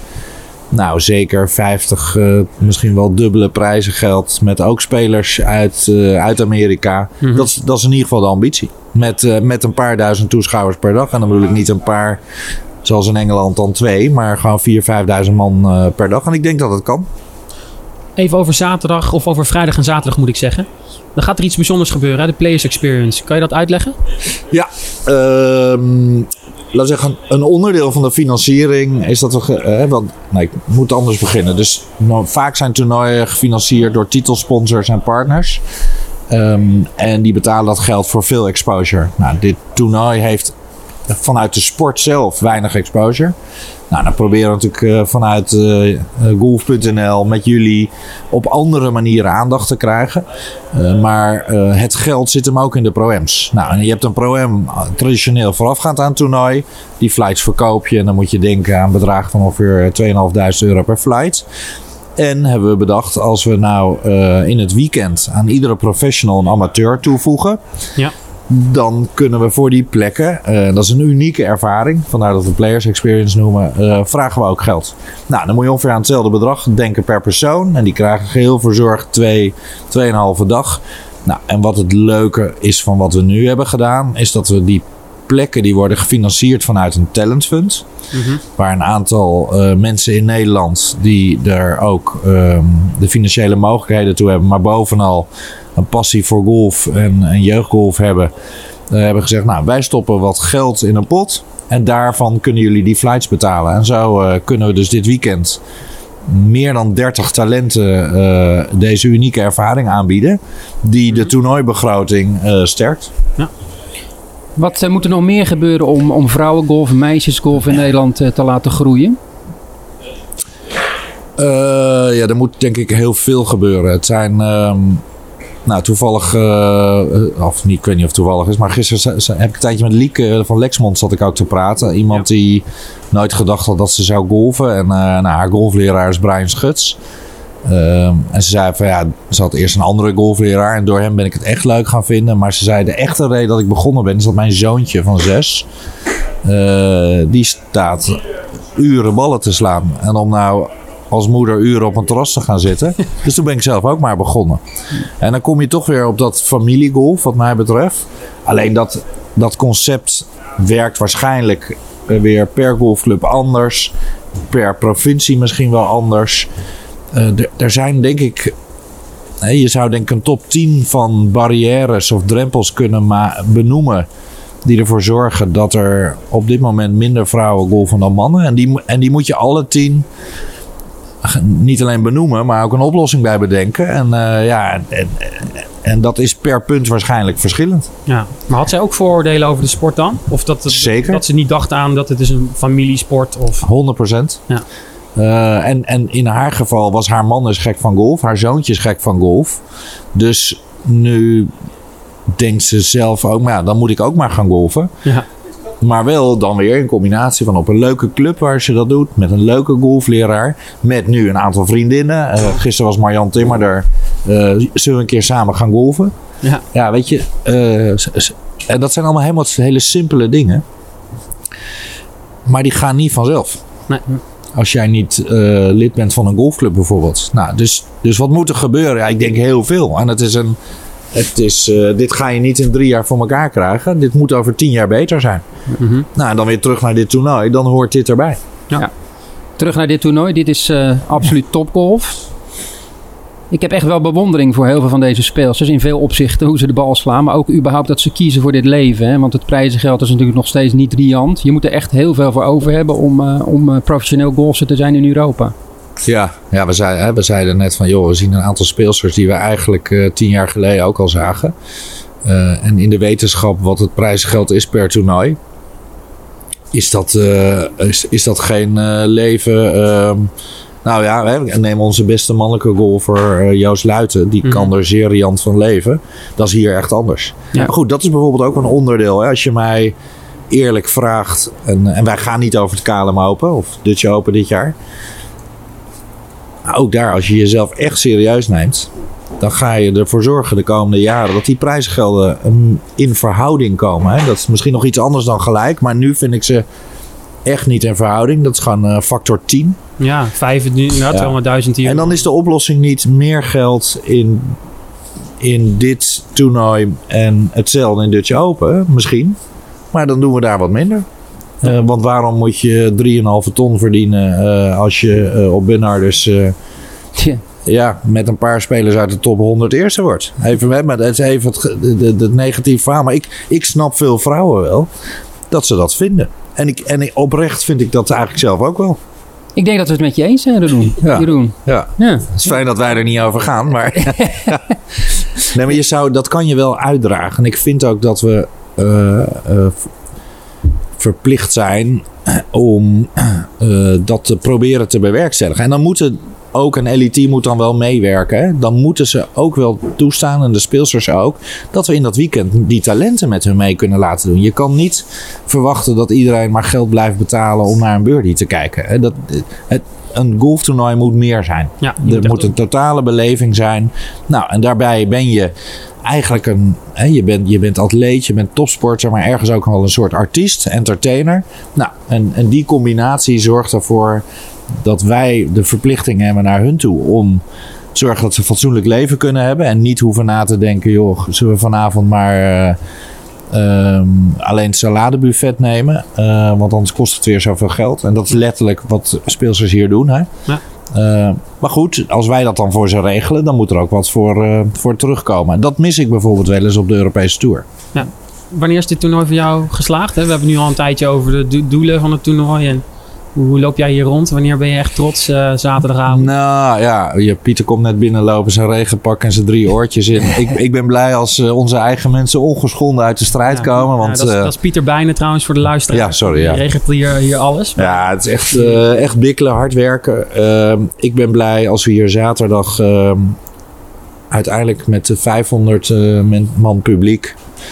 zeker 50, misschien wel dubbele prijzengeld. Met ook spelers uit Amerika. Mm-hmm. Dat is in ieder geval de ambitie. Met een paar duizend toeschouwers per dag. En dan bedoel ik niet een paar, zoals in Engeland dan 2, maar gewoon 4.000, 5.000 man per dag. En ik denk dat het kan. even over zaterdag, of over vrijdag en zaterdag moet ik zeggen. Dan gaat er iets bijzonders gebeuren, hè? De Players Experience. Kan je dat uitleggen? Ja, laten we zeggen, een onderdeel van de financiering is dat ik moet anders beginnen. Dus vaak zijn toernooien gefinancierd door titelsponsors en partners. En die betalen dat geld voor veel exposure. Nou, dit toernooi heeft vanuit de sport zelf weinig exposure. Nou, dan proberen we natuurlijk vanuit golf.nl met jullie op andere manieren aandacht te krijgen. Maar het geld zit hem ook in de pro-ams. Nou, en je hebt een pro-am traditioneel voorafgaand aan het toernooi. Die flights verkoop je en dan moet je denken aan bedragen van ongeveer €2.500 per flight. En hebben we bedacht, als we nou in het weekend aan iedere professional een amateur toevoegen. Ja. Dan kunnen we voor die plekken, dat is een unieke ervaring, vandaar dat we Players Experience noemen, vragen we ook geld. Nou, dan moet je ongeveer aan hetzelfde bedrag denken per persoon. En die krijgen geheel verzorgd 2,5 dag. Nou, en wat het leuke is van wat we nu hebben gedaan, is dat we die plekken die worden gefinancierd vanuit een talent fund. Mm-hmm. Waar een aantal mensen in Nederland die er ook de financiële mogelijkheden toe hebben, maar bovenal een passie voor golf en jeugdgolf hebben gezegd, nou, wij stoppen wat geld in een pot en daarvan kunnen jullie die flights betalen. En zo kunnen we dus dit weekend meer dan 30 talenten deze unieke ervaring aanbieden die de toernooibegroting sterkt. Ja. Wat moet er nog meer gebeuren om vrouwengolf en meisjesgolf in Nederland te laten groeien? Er moet denk ik heel veel gebeuren. Het zijn toevallig, ik weet niet of het toevallig is, maar gisteren heb ik een tijdje met Lieke van Lexmond zat ik ook te praten. Iemand die nooit gedacht had dat ze zou golfen. En haar golfleraar is Brian Schuts. En ze zei van ze had eerst een andere golfleraar en door hem ben ik het echt leuk gaan vinden. Maar ze zei de echte reden dat ik begonnen ben is dat mijn zoontje van 6, die staat uren ballen te slaan. En om nou als moeder uren op een terras te gaan zitten. Dus toen ben ik zelf ook maar begonnen. En dan kom je toch weer op dat familiegolf wat mij betreft. Alleen dat concept werkt waarschijnlijk weer per golfclub anders. Per provincie misschien wel anders. Er zijn denk ik, je zou denk ik een top 10 van barrières of drempels kunnen benoemen die ervoor zorgen dat er op dit moment minder vrouwen golfen dan mannen. En die moet je alle 10 niet alleen benoemen, maar ook een oplossing bij bedenken. En dat is per punt waarschijnlijk verschillend. Ja, maar had zij ook vooroordelen over de sport dan? Of Zeker. Dat ze niet dacht aan dat het is een familiesport? Of 100%. Ja. En in haar geval was haar man dus gek van golf. Haar zoontje is gek van golf. Dus nu denkt ze zelf ook, maar dan moet ik ook maar gaan golfen. Ja. Maar wel dan weer in combinatie van op een leuke club waar ze dat doet. Met een leuke golfleraar. Met nu een aantal vriendinnen. Gisteren was Marjan Timmer daar. Zullen we een keer samen gaan golfen? Ja, weet je. En dat zijn allemaal helemaal hele simpele dingen. Maar die gaan niet vanzelf. Nee. Als jij niet lid bent van een golfclub bijvoorbeeld. Nou, dus wat moet er gebeuren? Ja, ik denk heel veel. En dit ga je niet in 3 jaar voor elkaar krijgen. Dit moet over 10 jaar beter zijn. Mm-hmm. Nou, en dan weer terug naar dit toernooi. Dan hoort dit erbij. Ja. Terug naar dit toernooi. Dit is absoluut topgolf. Ik heb echt wel bewondering voor heel veel van deze speelsters. In veel opzichten hoe ze de bal slaan. Maar ook überhaupt dat ze kiezen voor dit leven. Hè? Want het prijzengeld is natuurlijk nog steeds niet riant. Je moet er echt heel veel voor over hebben om professioneel golfer te zijn in Europa. Ja, we zeiden net van we zien een aantal speelsters die we eigenlijk 10 jaar geleden ook al zagen. En in de wetenschap wat het prijzengeld is per toernooi. Is dat geen leven... neem onze beste mannelijke golfer Joost Luiten. Die kan er zeer riant van leven. Dat is hier echt anders. Ja. Maar goed, dat is bijvoorbeeld ook een onderdeel. Hè? Als je mij eerlijk vraagt. En wij gaan niet over het KLM Open of Dutch Open dit jaar. Ook daar, als je jezelf echt serieus neemt. Dan ga je ervoor zorgen de komende jaren dat die prijsgelden in verhouding komen. Hè? Dat is misschien nog iets anders dan gelijk. Maar nu vind ik ze echt niet in verhouding. Dat is gewoon factor 10. Ja, 200.000 hier. En dan is de oplossing niet meer geld in dit toernooi en hetzelfde in Dutch Open. Misschien. Maar dan doen we daar wat minder. Want waarom moet je 3,5 ton verdienen als je op Binnardus met een paar spelers uit de top 100 eerste wordt. Maar dat is even het negatieve verhaal. Maar ik snap veel vrouwen wel dat ze dat vinden. En oprecht vind ik dat eigenlijk zelf ook wel. Ik denk dat we het met je eens zijn, Jeroen. Ja. Het is fijn dat wij er niet over gaan. Maar, nee, maar dat kan je wel uitdragen. En ik vind ook dat we verplicht zijn om dat te proberen te bewerkstelligen. En dan moeten ook, een LET moet dan wel meewerken. Hè? Dan moeten ze ook wel toestaan, en de speelsters ook, dat we in dat weekend die talenten met hun mee kunnen laten doen. Je kan niet verwachten dat iedereen maar geld blijft betalen om naar een birdie te kijken. Hè? Een golftoernooi moet meer zijn. Ja, er moet een totale beleving zijn. Nou, en daarbij ben je eigenlijk je bent atleet, je bent topsporter, maar ergens ook wel een soort artiest, entertainer. Nou, en die combinatie zorgt ervoor dat wij de verplichting hebben naar hun toe om te zorgen dat ze een fatsoenlijk leven kunnen hebben en niet hoeven na te denken, joh, zullen we vanavond maar alleen het saladebuffet nemen, want anders kost het weer zoveel geld. En dat is letterlijk wat speelsters hier doen. Hè? Ja. Maar goed, als wij dat dan voor ze regelen, dan moet er ook wat voor terugkomen. En dat mis ik bijvoorbeeld wel eens op de Europese Tour. Ja. Wanneer is dit toernooi voor jou geslaagd? Hè? We hebben nu al een tijdje over de doelen van het toernooi. En hoe loop jij hier rond? Wanneer ben je echt trots zaterdagavond? Nou ja, Pieter komt net binnenlopen, zijn regenpak en zijn 3 oortjes in. Ik ben blij als onze eigen mensen ongeschonden uit de strijd komen. Want, dat is Pieter Bijnen trouwens voor de luisteraar. Ja, sorry. Ja. Die regelt hier alles. Ja, het is echt bikkelen, hard werken. Ik ben blij als we hier zaterdag uiteindelijk met de 500 man publiek.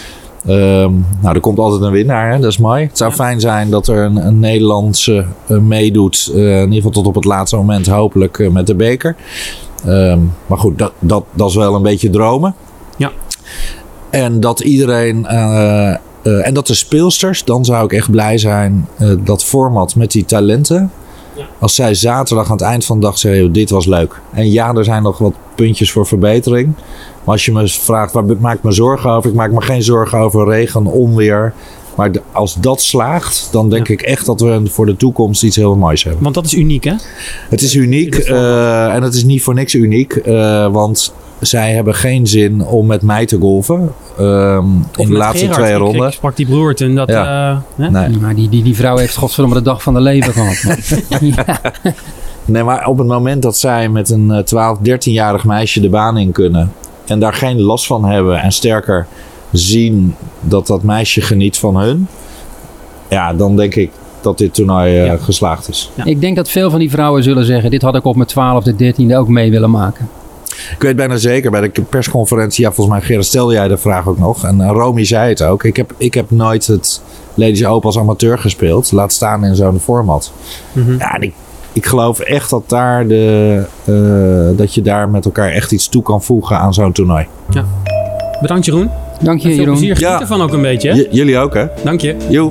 Er komt altijd een winnaar, hè? Dat is mooi. Het zou fijn zijn dat er een Nederlandse meedoet. In ieder geval tot op het laatste moment hopelijk met de beker. Maar goed, dat is wel een beetje dromen. Ja. En dat iedereen... en dat de speelsters, dan zou ik echt blij zijn, dat format met die talenten. Ja. Als zij zaterdag aan het eind van de dag zeggen, dit was leuk. En ja, er zijn nog wat puntjes voor verbetering. Maar als je me vraagt, waar maak ik me zorgen over? Ik maak me geen zorgen over regen, onweer. Maar als dat slaagt, dan denk ik echt dat we voor de toekomst iets heel moois hebben. Want dat is uniek, hè? Het is uniek en het is niet voor niks uniek. Want zij hebben geen zin om met mij te golfen in de laatste Gerard, 2 ronden. Ik sprak die broerten. Dat, nee. Maar die vrouw heeft godverdomme de dag van de leven gehad. Ja. Nee, maar op het moment dat zij met een 12, 13-jarig meisje de baan in kunnen en daar geen last van hebben en sterker zien dat meisje geniet van hun, ja, dan denk ik dat dit toernooi geslaagd is. Ja. Ik denk dat veel van die vrouwen zullen zeggen, dit had ik op mijn 12e, 13e ook mee willen maken. Ik weet bijna zeker, bij de persconferentie, volgens mij Gerard stelde jij de vraag ook nog. En Romy zei het ook. Ik heb nooit het Ladies Open als amateur gespeeld. Laat staan in zo'n format. Mm-hmm. Ja, en ik geloof echt dat dat je daar met elkaar echt iets toe kan voegen aan zo'n toernooi. Ja. Bedankt Jeroen. Dank je, Jeroen. Veel plezier ervan ook een beetje. Hè? Jullie ook, hè? Dank je. Joe.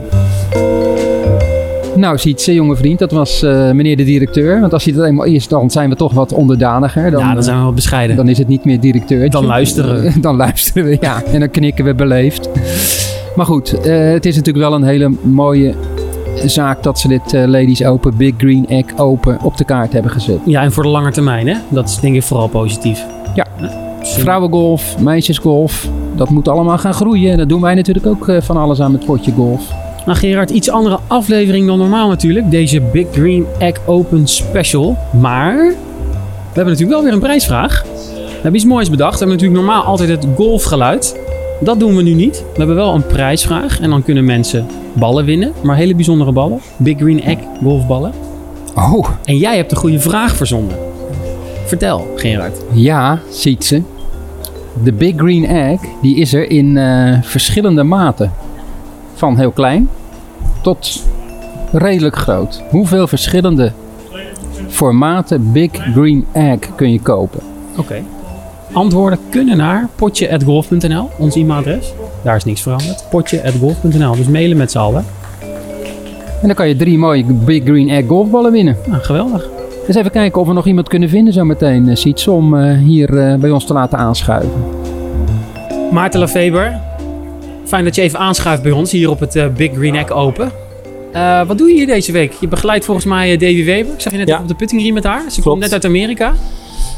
Nou, Sietse, jonge vriend, dat was meneer de directeur. Want als je dat eenmaal is, dan zijn we toch wat onderdaniger. Dan zijn we wat bescheiden. Dan is het niet meer directeur. Dan luisteren we. Dan luisteren we, ja. En dan knikken we beleefd. Maar goed, het is natuurlijk wel een hele mooie zaak dat ze dit Ladies Open, Big Green Egg Open op de kaart hebben gezet. Ja, en voor de lange termijn, hè? Dat is denk ik vooral positief. Ja. Vrouwengolf, meisjesgolf, dat moet allemaal gaan groeien. En dat doen wij natuurlijk ook van alles aan met potje golf. Nou Gerard, iets andere aflevering dan normaal natuurlijk. Deze Big Green Egg Open Special. Maar we hebben natuurlijk wel weer een prijsvraag. We hebben iets moois bedacht. We hebben natuurlijk normaal altijd het golfgeluid. Dat doen we nu niet. We hebben wel een prijsvraag. En dan kunnen mensen ballen winnen. Maar hele bijzondere ballen. Big Green Egg golfballen. Oh. En jij hebt de goede vraag verzonnen. Vertel, Gerard. Ja, ziet ze. De Big Green Egg, die is er in verschillende maten. Van heel klein tot redelijk groot. Hoeveel verschillende formaten Big Green Egg kun je kopen? Oké. Antwoorden kunnen naar potje@golf.nl, ons e-mailadres. Daar is niks veranderd. potje@golf.nl, dus mailen met z'n allen. En dan kan je 3 mooie Big Green Egg golfballen winnen. Nou, geweldig. Dus even kijken of we nog iemand kunnen vinden zo meteen, Siets, om hier bij ons te laten aanschuiven. Maarten Lefeber, fijn dat je even aanschuift bij ons hier op het Big Green Egg Open. Wat doe je hier deze week? Je begeleidt volgens mij Davy Weber. Ik zag je net op de putting green met haar. Ze komt net uit Amerika.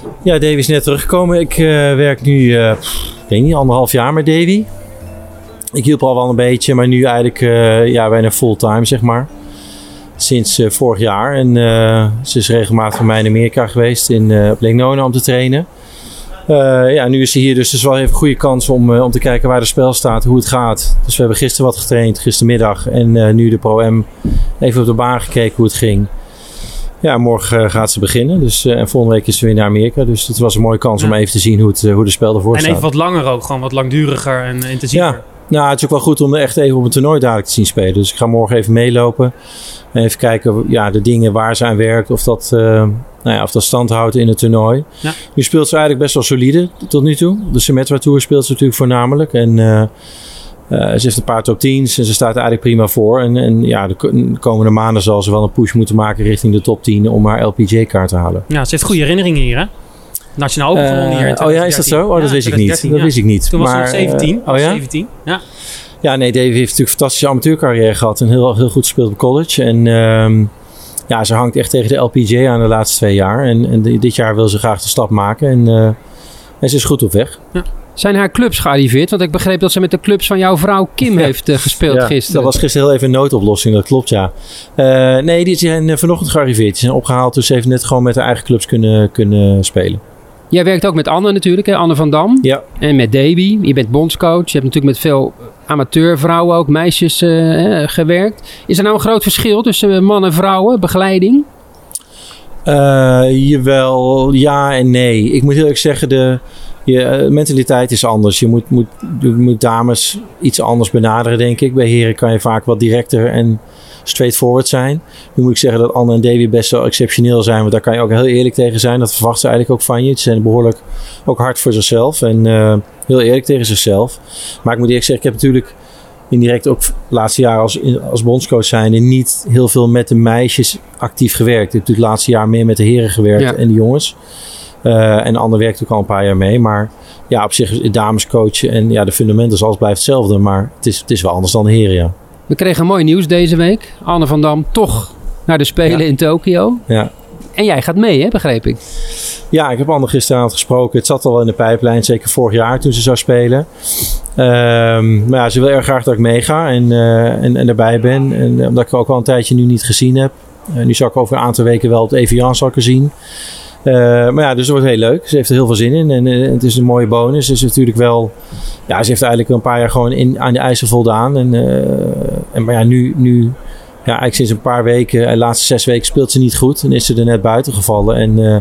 Ja, Davy is net teruggekomen. Ik werk nu, ik weet niet, 1,5 jaar met Davy. Ik hielp al wel een beetje, maar nu eigenlijk bijna fulltime, zeg maar. Sinds vorig jaar. En ze is regelmatig van mij in Amerika geweest, op Lake Nona om te trainen. Nu is ze hier, dus het is wel even een goede kans om te kijken waar de spel staat, hoe het gaat. Dus we hebben gisteren wat getraind, gistermiddag. En nu de Pro-M even op de baan gekeken hoe het ging. Ja, morgen gaat ze beginnen. Dus, en volgende week is ze weer naar Amerika. Dus het was een mooie kans om even te zien hoe de spel ervoor staat. En even wat langer ook, gewoon wat langduriger en intensiever. Ja. Nou, het is ook wel goed om echt even op een toernooi dadelijk te zien spelen. Dus ik ga morgen even meelopen. En even kijken, de dingen waar ze aan werkt. Of dat stand houdt in het toernooi. Ja. Nu speelt ze eigenlijk best wel solide tot nu toe. De Symmetra Tour speelt ze natuurlijk voornamelijk. En ze heeft een paar top 10's. En ze staat eigenlijk prima voor. En de komende maanden zal ze wel een push moeten maken richting de top 10. Om haar LPGA-kaart te halen. Ja, ze heeft goede herinneringen hier, hè? Nationaal Open gewonnen hier in 2013. Is dat zo? Dat wist ik niet. Dat wist ik niet. Toen was ze nog 17. 17? Ja. Ja, nee, Davy heeft natuurlijk een fantastische amateurcarrière gehad. En heel goed gespeeld op college. En ze hangt echt tegen de LPGA aan de laatste 2 jaar. En dit jaar wil ze graag de stap maken. En ze is goed op weg. Ja. Zijn haar clubs gearriveerd? Want ik begreep dat ze met de clubs van jouw vrouw Kim heeft gespeeld gisteren. Dat was gisteren heel even een noodoplossing, dat klopt, ja. Nee, die zijn vanochtend gearriveerd. Die zijn opgehaald, dus ze heeft net gewoon met haar eigen clubs kunnen spelen. Jij werkt ook met Anne natuurlijk, hè? Anne van Dam. Ja. En met Davy. Je bent bondscoach. Je hebt natuurlijk met veel amateurvrouwen ook, meisjes gewerkt. Is er nou een groot verschil tussen mannen en vrouwen, begeleiding? Jawel, ja en nee. Ik moet heel erg zeggen, de mentaliteit is anders. Je moet dames iets anders benaderen, denk ik. Bij heren kan je vaak wat directer en straightforward zijn. Nu moet ik zeggen dat Anne en Davy best wel exceptioneel zijn. Want daar kan je ook heel eerlijk tegen zijn. Dat verwachten ze eigenlijk ook van je. Ze zijn behoorlijk ook hard voor zichzelf. En heel eerlijk tegen zichzelf. Maar ik moet eerlijk zeggen, ik heb natuurlijk indirect ook het laatste jaar als bondscoach zijnde niet heel veel met de meisjes actief gewerkt. Ik heb natuurlijk het laatste jaar meer met de heren gewerkt en de jongens. En Anne werkt ook al een paar jaar mee. Maar ja, op zich damescoachen en de fundamentals, alles blijft hetzelfde. Maar het is wel anders dan de heren, ja. We kregen mooi nieuws deze week. Anne van Dam toch naar de Spelen in Tokio. Ja. En jij gaat mee, hè, begreep ik? Ja, ik heb Anne gisteravond gesproken. Het zat al wel in de pijplijn, zeker vorig jaar toen ze zou spelen. Maar ja, ze wil erg graag dat ik meega en erbij ben. En omdat ik haar ook al een tijdje nu niet gezien heb. Nu zal ik over een aantal weken wel op de Evian zien. Maar ja, dus het wordt heel leuk. Ze heeft er heel veel zin in. En het is een mooie bonus. Dus natuurlijk wel... Ja, ze heeft eigenlijk een paar jaar gewoon aan de eisen voldaan. Maar ja, nu eigenlijk sinds een paar weken... De laatste 6 weken speelt ze niet goed. En is ze er net buiten gevallen. En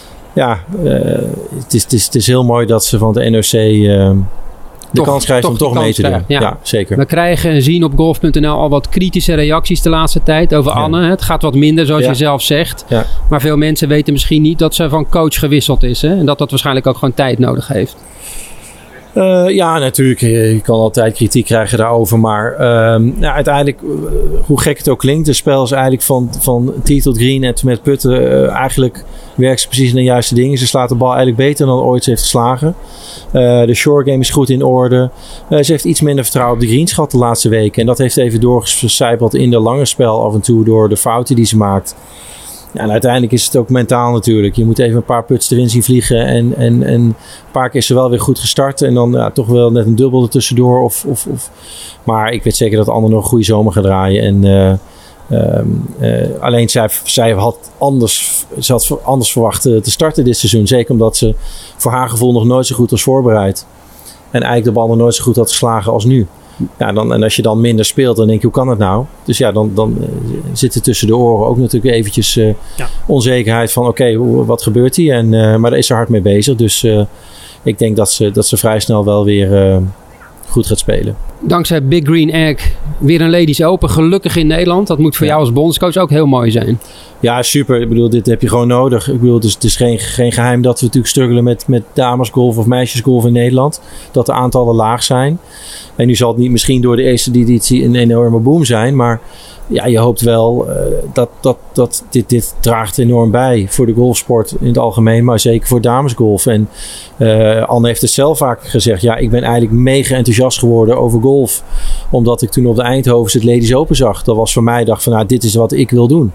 het is heel mooi dat ze van de NOC... de kans krijgt om toch mee te doen. Ja, zeker. We krijgen en zien op golf.nl al wat kritische reacties de laatste tijd over Anne. Het gaat wat minder, zoals je zelf zegt. Ja. Maar veel mensen weten misschien niet dat ze van coach gewisseld is. Hè? En dat waarschijnlijk ook gewoon tijd nodig heeft. Ja, natuurlijk. Je kan altijd kritiek krijgen daarover. Maar uiteindelijk, hoe gek het ook klinkt... het spel is eigenlijk van tee tot green en met putten... eigenlijk werkt ze precies in de juiste dingen. Ze slaat de bal eigenlijk beter dan ooit ze heeft geslagen. De short game is goed in orde. Ze heeft iets minder vertrouwen op de greens gehad de laatste weken. En dat heeft even doorgecijpeld in de lange spel af en toe... door de fouten die ze maakt. Ja, en uiteindelijk is het ook mentaal natuurlijk. Je moet even een paar puts erin zien vliegen. En een paar keer is ze wel weer goed gestart. En dan toch wel net een dubbel ertussendoor. Maar ik weet zeker dat Anne nog een goede zomer gaat draaien. Alleen zij had anders verwacht te starten dit seizoen. Zeker omdat ze voor haar gevoel nog nooit zo goed was voorbereid. En eigenlijk de bal nog nooit zo goed had geslagen als nu. Ja, en als je dan minder speelt, dan denk je, hoe kan het nou? Dus ja, dan zit er tussen de oren ook natuurlijk eventjes onzekerheid van oké, wat gebeurt hier? Maar daar is ze hard mee bezig. Dus ik denk dat ze vrij snel wel weer goed gaat spelen. Dankzij Big Green Egg weer een Ladies Open. Gelukkig in Nederland. Dat moet voor jou als bondscoach ook heel mooi zijn. Ja, super. Ik bedoel, dit heb je gewoon nodig. Ik bedoel, het is geen geheim dat we natuurlijk struggelen met damesgolf of meisjesgolf in Nederland. Dat de aantallen laag zijn. En nu zal het niet misschien door de eerste editie een enorme boom zijn. Maar ja, je hoopt wel dat dit draagt enorm bij voor de golfsport in het algemeen. Maar zeker voor damesgolf. En Anne heeft het zelf vaak gezegd. Ja, ik ben eigenlijk mega enthousiast geworden over golf. Omdat ik toen op de Eindhovense het Ladies Open zag. Dat was voor mij, dacht van dit is wat ik wil doen.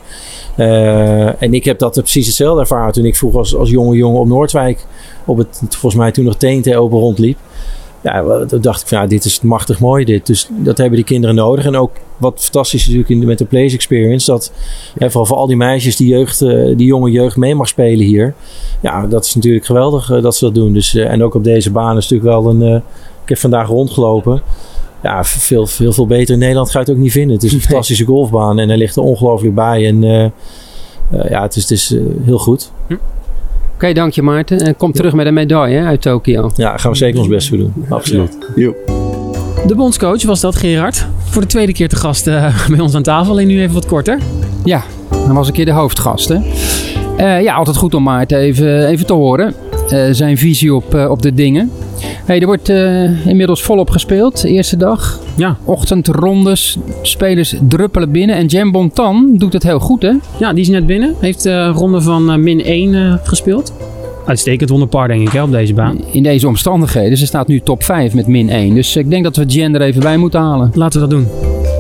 En ik heb dat precies hetzelfde ervaren toen ik vroeger als jonge jongen op Noordwijk op het volgens mij toen nog TNT Open rondliep. Ja, dan dacht ik van dit is machtig mooi dit. Dus dat hebben die kinderen nodig. En ook wat fantastisch is natuurlijk met de Place Experience. Dat vooral voor al die meisjes die jonge jeugd mee mag spelen hier. Ja, dat is natuurlijk geweldig dat ze dat doen. Dus, en ook op deze baan is natuurlijk wel een... ik heb vandaag rondgelopen. Ja, veel beter in Nederland ga je het ook niet vinden. Het is een fantastische golfbaan. En hij ligt er ongelooflijk bij. En het is heel goed. Oké, dank je Maarten. En kom terug met een medaille uit Tokio. Ja, gaan we zeker ons best voor doen. Absoluut. Jo. De bondscoach was dat, Gerard. Voor de tweede keer te gast bij ons aan tafel. Alleen nu even wat korter. Ja, hij was een keer de hoofdgast. Hè? Altijd goed om Maarten even te horen. Zijn visie op de dingen. Hey, er wordt inmiddels volop gespeeld. Eerste dag. Ja. Ochtendrondes. Spelers druppelen binnen. En Jen Bontan doet het heel goed, hè? Ja, die is net binnen. Heeft de ronde van min 1 gespeeld. Uitstekend 100 par, denk ik, hè, op deze baan. In deze omstandigheden. Ze staat nu top 5 met min 1. Dus ik denk dat we Jen er even bij moeten halen. Laten we dat doen.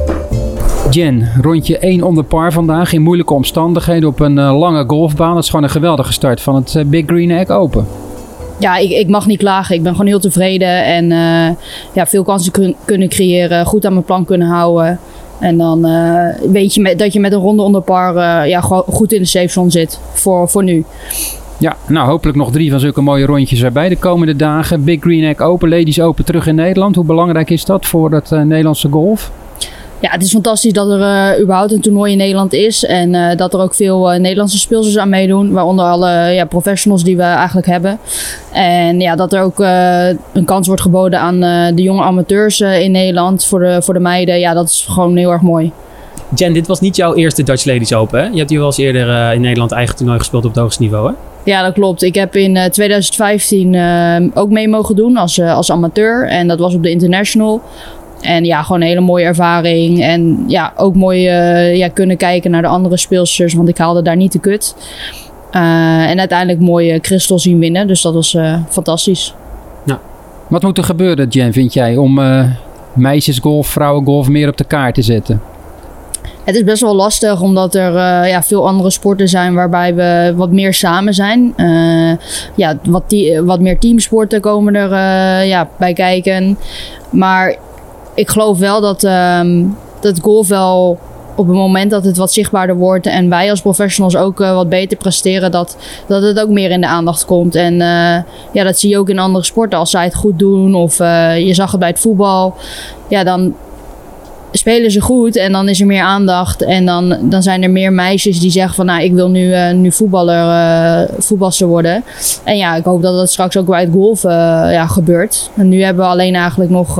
Jen, rondje 1 onder par vandaag. In moeilijke omstandigheden op een lange golfbaan. Dat is gewoon een geweldige start van het Big Green Egg Open. Ja, ik mag niet klagen. Ik ben gewoon heel tevreden. En veel kansen kunnen creëren. Goed aan mijn plan kunnen houden. En dan weet je dat je met een ronde onder par gewoon goed in de safe zone zit. Voor nu. Ja, nou hopelijk nog 3 van zulke mooie rondjes erbij de komende dagen. Big Green Egg Open, Ladies Open terug in Nederland. Hoe belangrijk is dat voor het Nederlandse golf? Ja, het is fantastisch dat er überhaupt een toernooi in Nederland is. En dat er ook veel Nederlandse speelsters aan meedoen. Waaronder alle professionals die we eigenlijk hebben. En ja, dat er ook een kans wordt geboden aan de jonge amateurs in Nederland voor de meiden. Ja, dat is gewoon heel erg mooi. Jen, dit was niet jouw eerste Dutch Ladies Open, hè? Je hebt hier wel eens eerder in Nederland eigen toernooi gespeeld op het hoogste niveau, hè? Ja, dat klopt. Ik heb in 2015 ook mee mogen doen als amateur. En dat was op de International. En ja, gewoon een hele mooie ervaring. En ja, ook mooi kunnen kijken naar de andere speelsters. Want ik haalde daar niet de kut. En uiteindelijk mooi Crystal zien winnen. Dus dat was fantastisch. Ja. Wat moet er gebeuren, Jen, vind jij, om meisjesgolf, vrouwengolf meer op de kaart te zetten? Het is best wel lastig, omdat er veel andere sporten zijn waarbij we wat meer samen zijn. Wat meer teamsporten komen er bij kijken. Maar ik geloof wel dat golf wel op het moment dat het wat zichtbaarder wordt en wij als professionals ook wat beter presteren, dat het ook meer in de aandacht komt. En dat zie je ook in andere sporten. Als zij het goed doen of je zag het bij het voetbal, ja, dan spelen ze goed en dan is er meer aandacht. En dan zijn er meer meisjes die zeggen van ik wil nu voetbalster worden. En ja, ik hoop dat dat straks ook bij het golf gebeurt. En nu hebben we alleen eigenlijk nog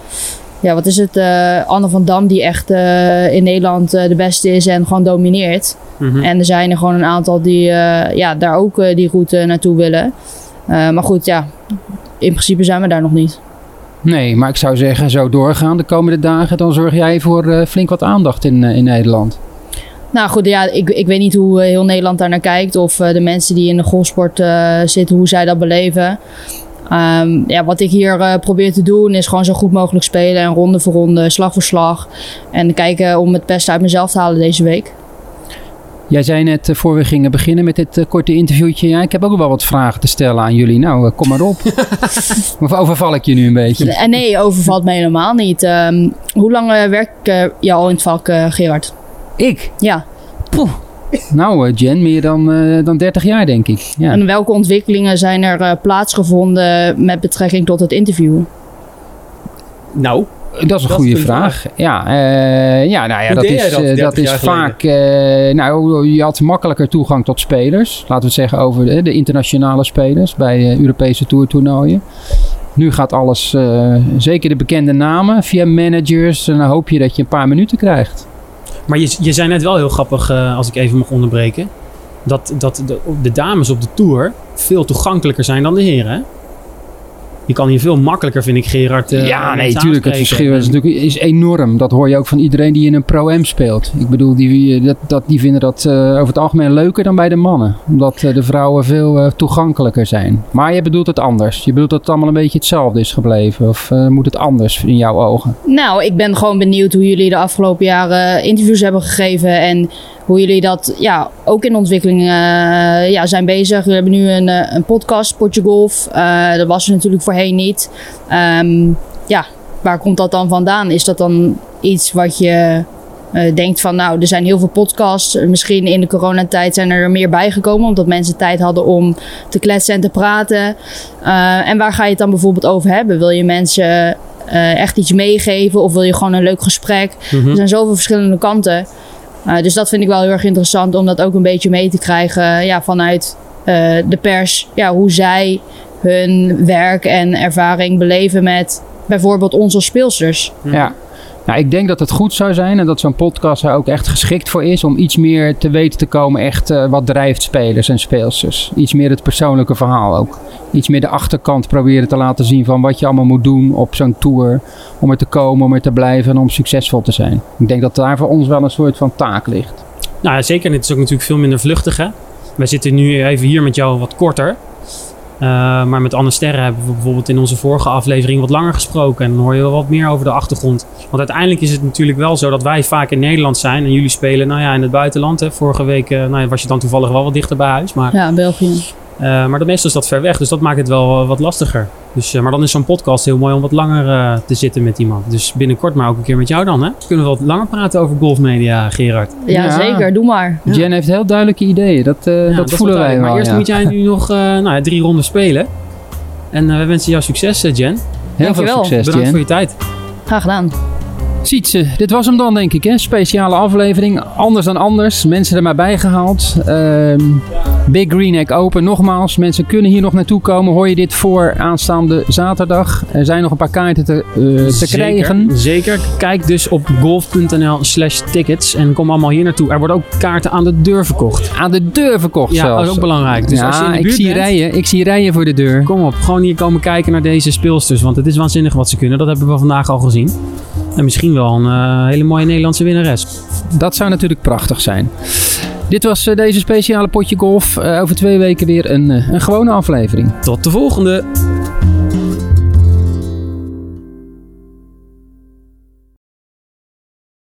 Anne van Dam die echt in Nederland de beste is en gewoon domineert. Mm-hmm. En er zijn er gewoon een aantal die daar ook die route naartoe willen. Maar goed, ja, in principe zijn we daar nog niet. Nee, maar ik zou zeggen, zo doorgaan de komende dagen, dan zorg jij voor flink wat aandacht in Nederland. Nou goed, ja, ik weet niet hoe heel Nederland daar naar kijkt. Of de mensen die in de golfsport zitten, hoe zij dat beleven. Wat ik hier probeer te doen is gewoon zo goed mogelijk spelen. En ronde voor ronde, slag voor slag. En kijken om het beste uit mezelf te halen deze week. Jij zei net voor we gingen beginnen met dit korte interviewtje. Ja, ik heb ook wel wat vragen te stellen aan jullie. Nou, kom maar op. Of overval ik je nu een beetje? Nee, overvalt me helemaal niet. Hoe lang werk je al in het vak, Gerard? Ik? Ja. Poeh. Nou, Jen, meer dan 30 jaar, denk ik. Ja. En welke ontwikkelingen zijn er plaatsgevonden met betrekking tot het interview? Nou, dat is een goede vraag. Dat is vaak. Je had makkelijker toegang tot spelers. Laten we het zeggen over de internationale spelers bij Europese toertoernooien. Nu gaat alles, zeker de bekende namen, via managers. En dan hoop je dat je een paar minuten krijgt. Maar je zei net wel heel grappig, als ik even mag onderbreken, dat de dames op de tour veel toegankelijker zijn dan de heren, hè? Je kan hier veel makkelijker, vind ik, Gerard. Ja, nee, tuurlijk. Het verschil is enorm. Dat hoor je ook van iedereen die in een Pro-Am speelt. Ik bedoel, die vinden dat over het algemeen leuker dan bij de mannen. Omdat de vrouwen veel toegankelijker zijn. Maar je bedoelt het anders. Je bedoelt dat het allemaal een beetje hetzelfde is gebleven. Of moet het anders in jouw ogen? Nou, ik ben gewoon benieuwd hoe jullie de afgelopen jaren interviews hebben gegeven. En hoe jullie dat ook in ontwikkeling zijn bezig. We hebben nu een podcast, Potje Golf. Dat was er natuurlijk voorheen niet. Waar komt dat dan vandaan? Is dat dan iets wat je denkt van, nou, er zijn heel veel podcasts. Misschien in de coronatijd zijn er meer bijgekomen. Omdat mensen tijd hadden om te kletsen en te praten. En waar ga je het dan bijvoorbeeld over hebben? Wil je mensen echt iets meegeven? Of wil je gewoon een leuk gesprek? Er zijn zoveel verschillende kanten. Dus dat vind ik wel heel erg interessant om dat ook een beetje mee te krijgen vanuit de pers. Ja, hoe zij hun werk en ervaring beleven met bijvoorbeeld ons als speelsters. Ja. Nou, ik denk dat het goed zou zijn en dat zo'n podcast er ook echt geschikt voor is om iets meer te weten te komen echt wat drijft spelers en speelsters. Iets meer het persoonlijke verhaal ook. Iets meer de achterkant proberen te laten zien van wat je allemaal moet doen op zo'n tour. Om er te komen, om er te blijven en om succesvol te zijn. Ik denk dat daar voor ons wel een soort van taak ligt. Nou ja, zeker. En het is ook natuurlijk veel minder vluchtig, hè? Wij zitten nu even hier met jou wat korter. Maar met Anne Sterre hebben we bijvoorbeeld in onze vorige aflevering wat langer gesproken. En dan hoor je wel wat meer over de achtergrond. Want uiteindelijk is het natuurlijk wel zo dat wij vaak in Nederland zijn. En jullie spelen in het buitenland. Hè. Vorige week was je dan toevallig wel wat dichter bij huis. Maar, ja, België. Maar meestal is dat ver weg. Dus dat maakt het wel wat lastiger. Dus, maar dan is zo'n podcast heel mooi om wat langer te zitten met iemand. Dus binnenkort maar ook een keer met jou dan. Hè? Kunnen we wat langer praten over golfmedia, Gerard? Ja, zeker. Doe maar. Ja. Jen heeft heel duidelijke ideeën. Dat voelen wij wel. Maar eerst moet jij nu nog 3 ronden spelen. En we wensen jou succes, Jen. Heel veel succes, Bedankt voor je tijd. Graag gedaan. Sietse, dit was hem dan denk ik, hè? Speciale aflevering. Anders dan anders. Mensen er maar bij gehaald. Big Green Egg Open. Nogmaals, mensen kunnen hier nog naartoe komen. Hoor je dit voor aanstaande zaterdag. Er zijn nog een paar kaarten te krijgen. Zeker. Kijk dus op golf.nl/tickets en kom allemaal hier naartoe. Er worden ook kaarten aan de deur verkocht. Aan de deur verkocht zelfs. Ja, dat is ook belangrijk. Dus als je in de buurt ik zie rijen voor de deur. Kom op, gewoon hier komen kijken naar deze speelsters. Want het is waanzinnig wat ze kunnen. Dat hebben we vandaag al gezien. En misschien wel een hele mooie Nederlandse winnares. Dat zou natuurlijk prachtig zijn. Dit was deze speciale Potje Golf. Over 2 weken weer een gewone aflevering. Tot de volgende!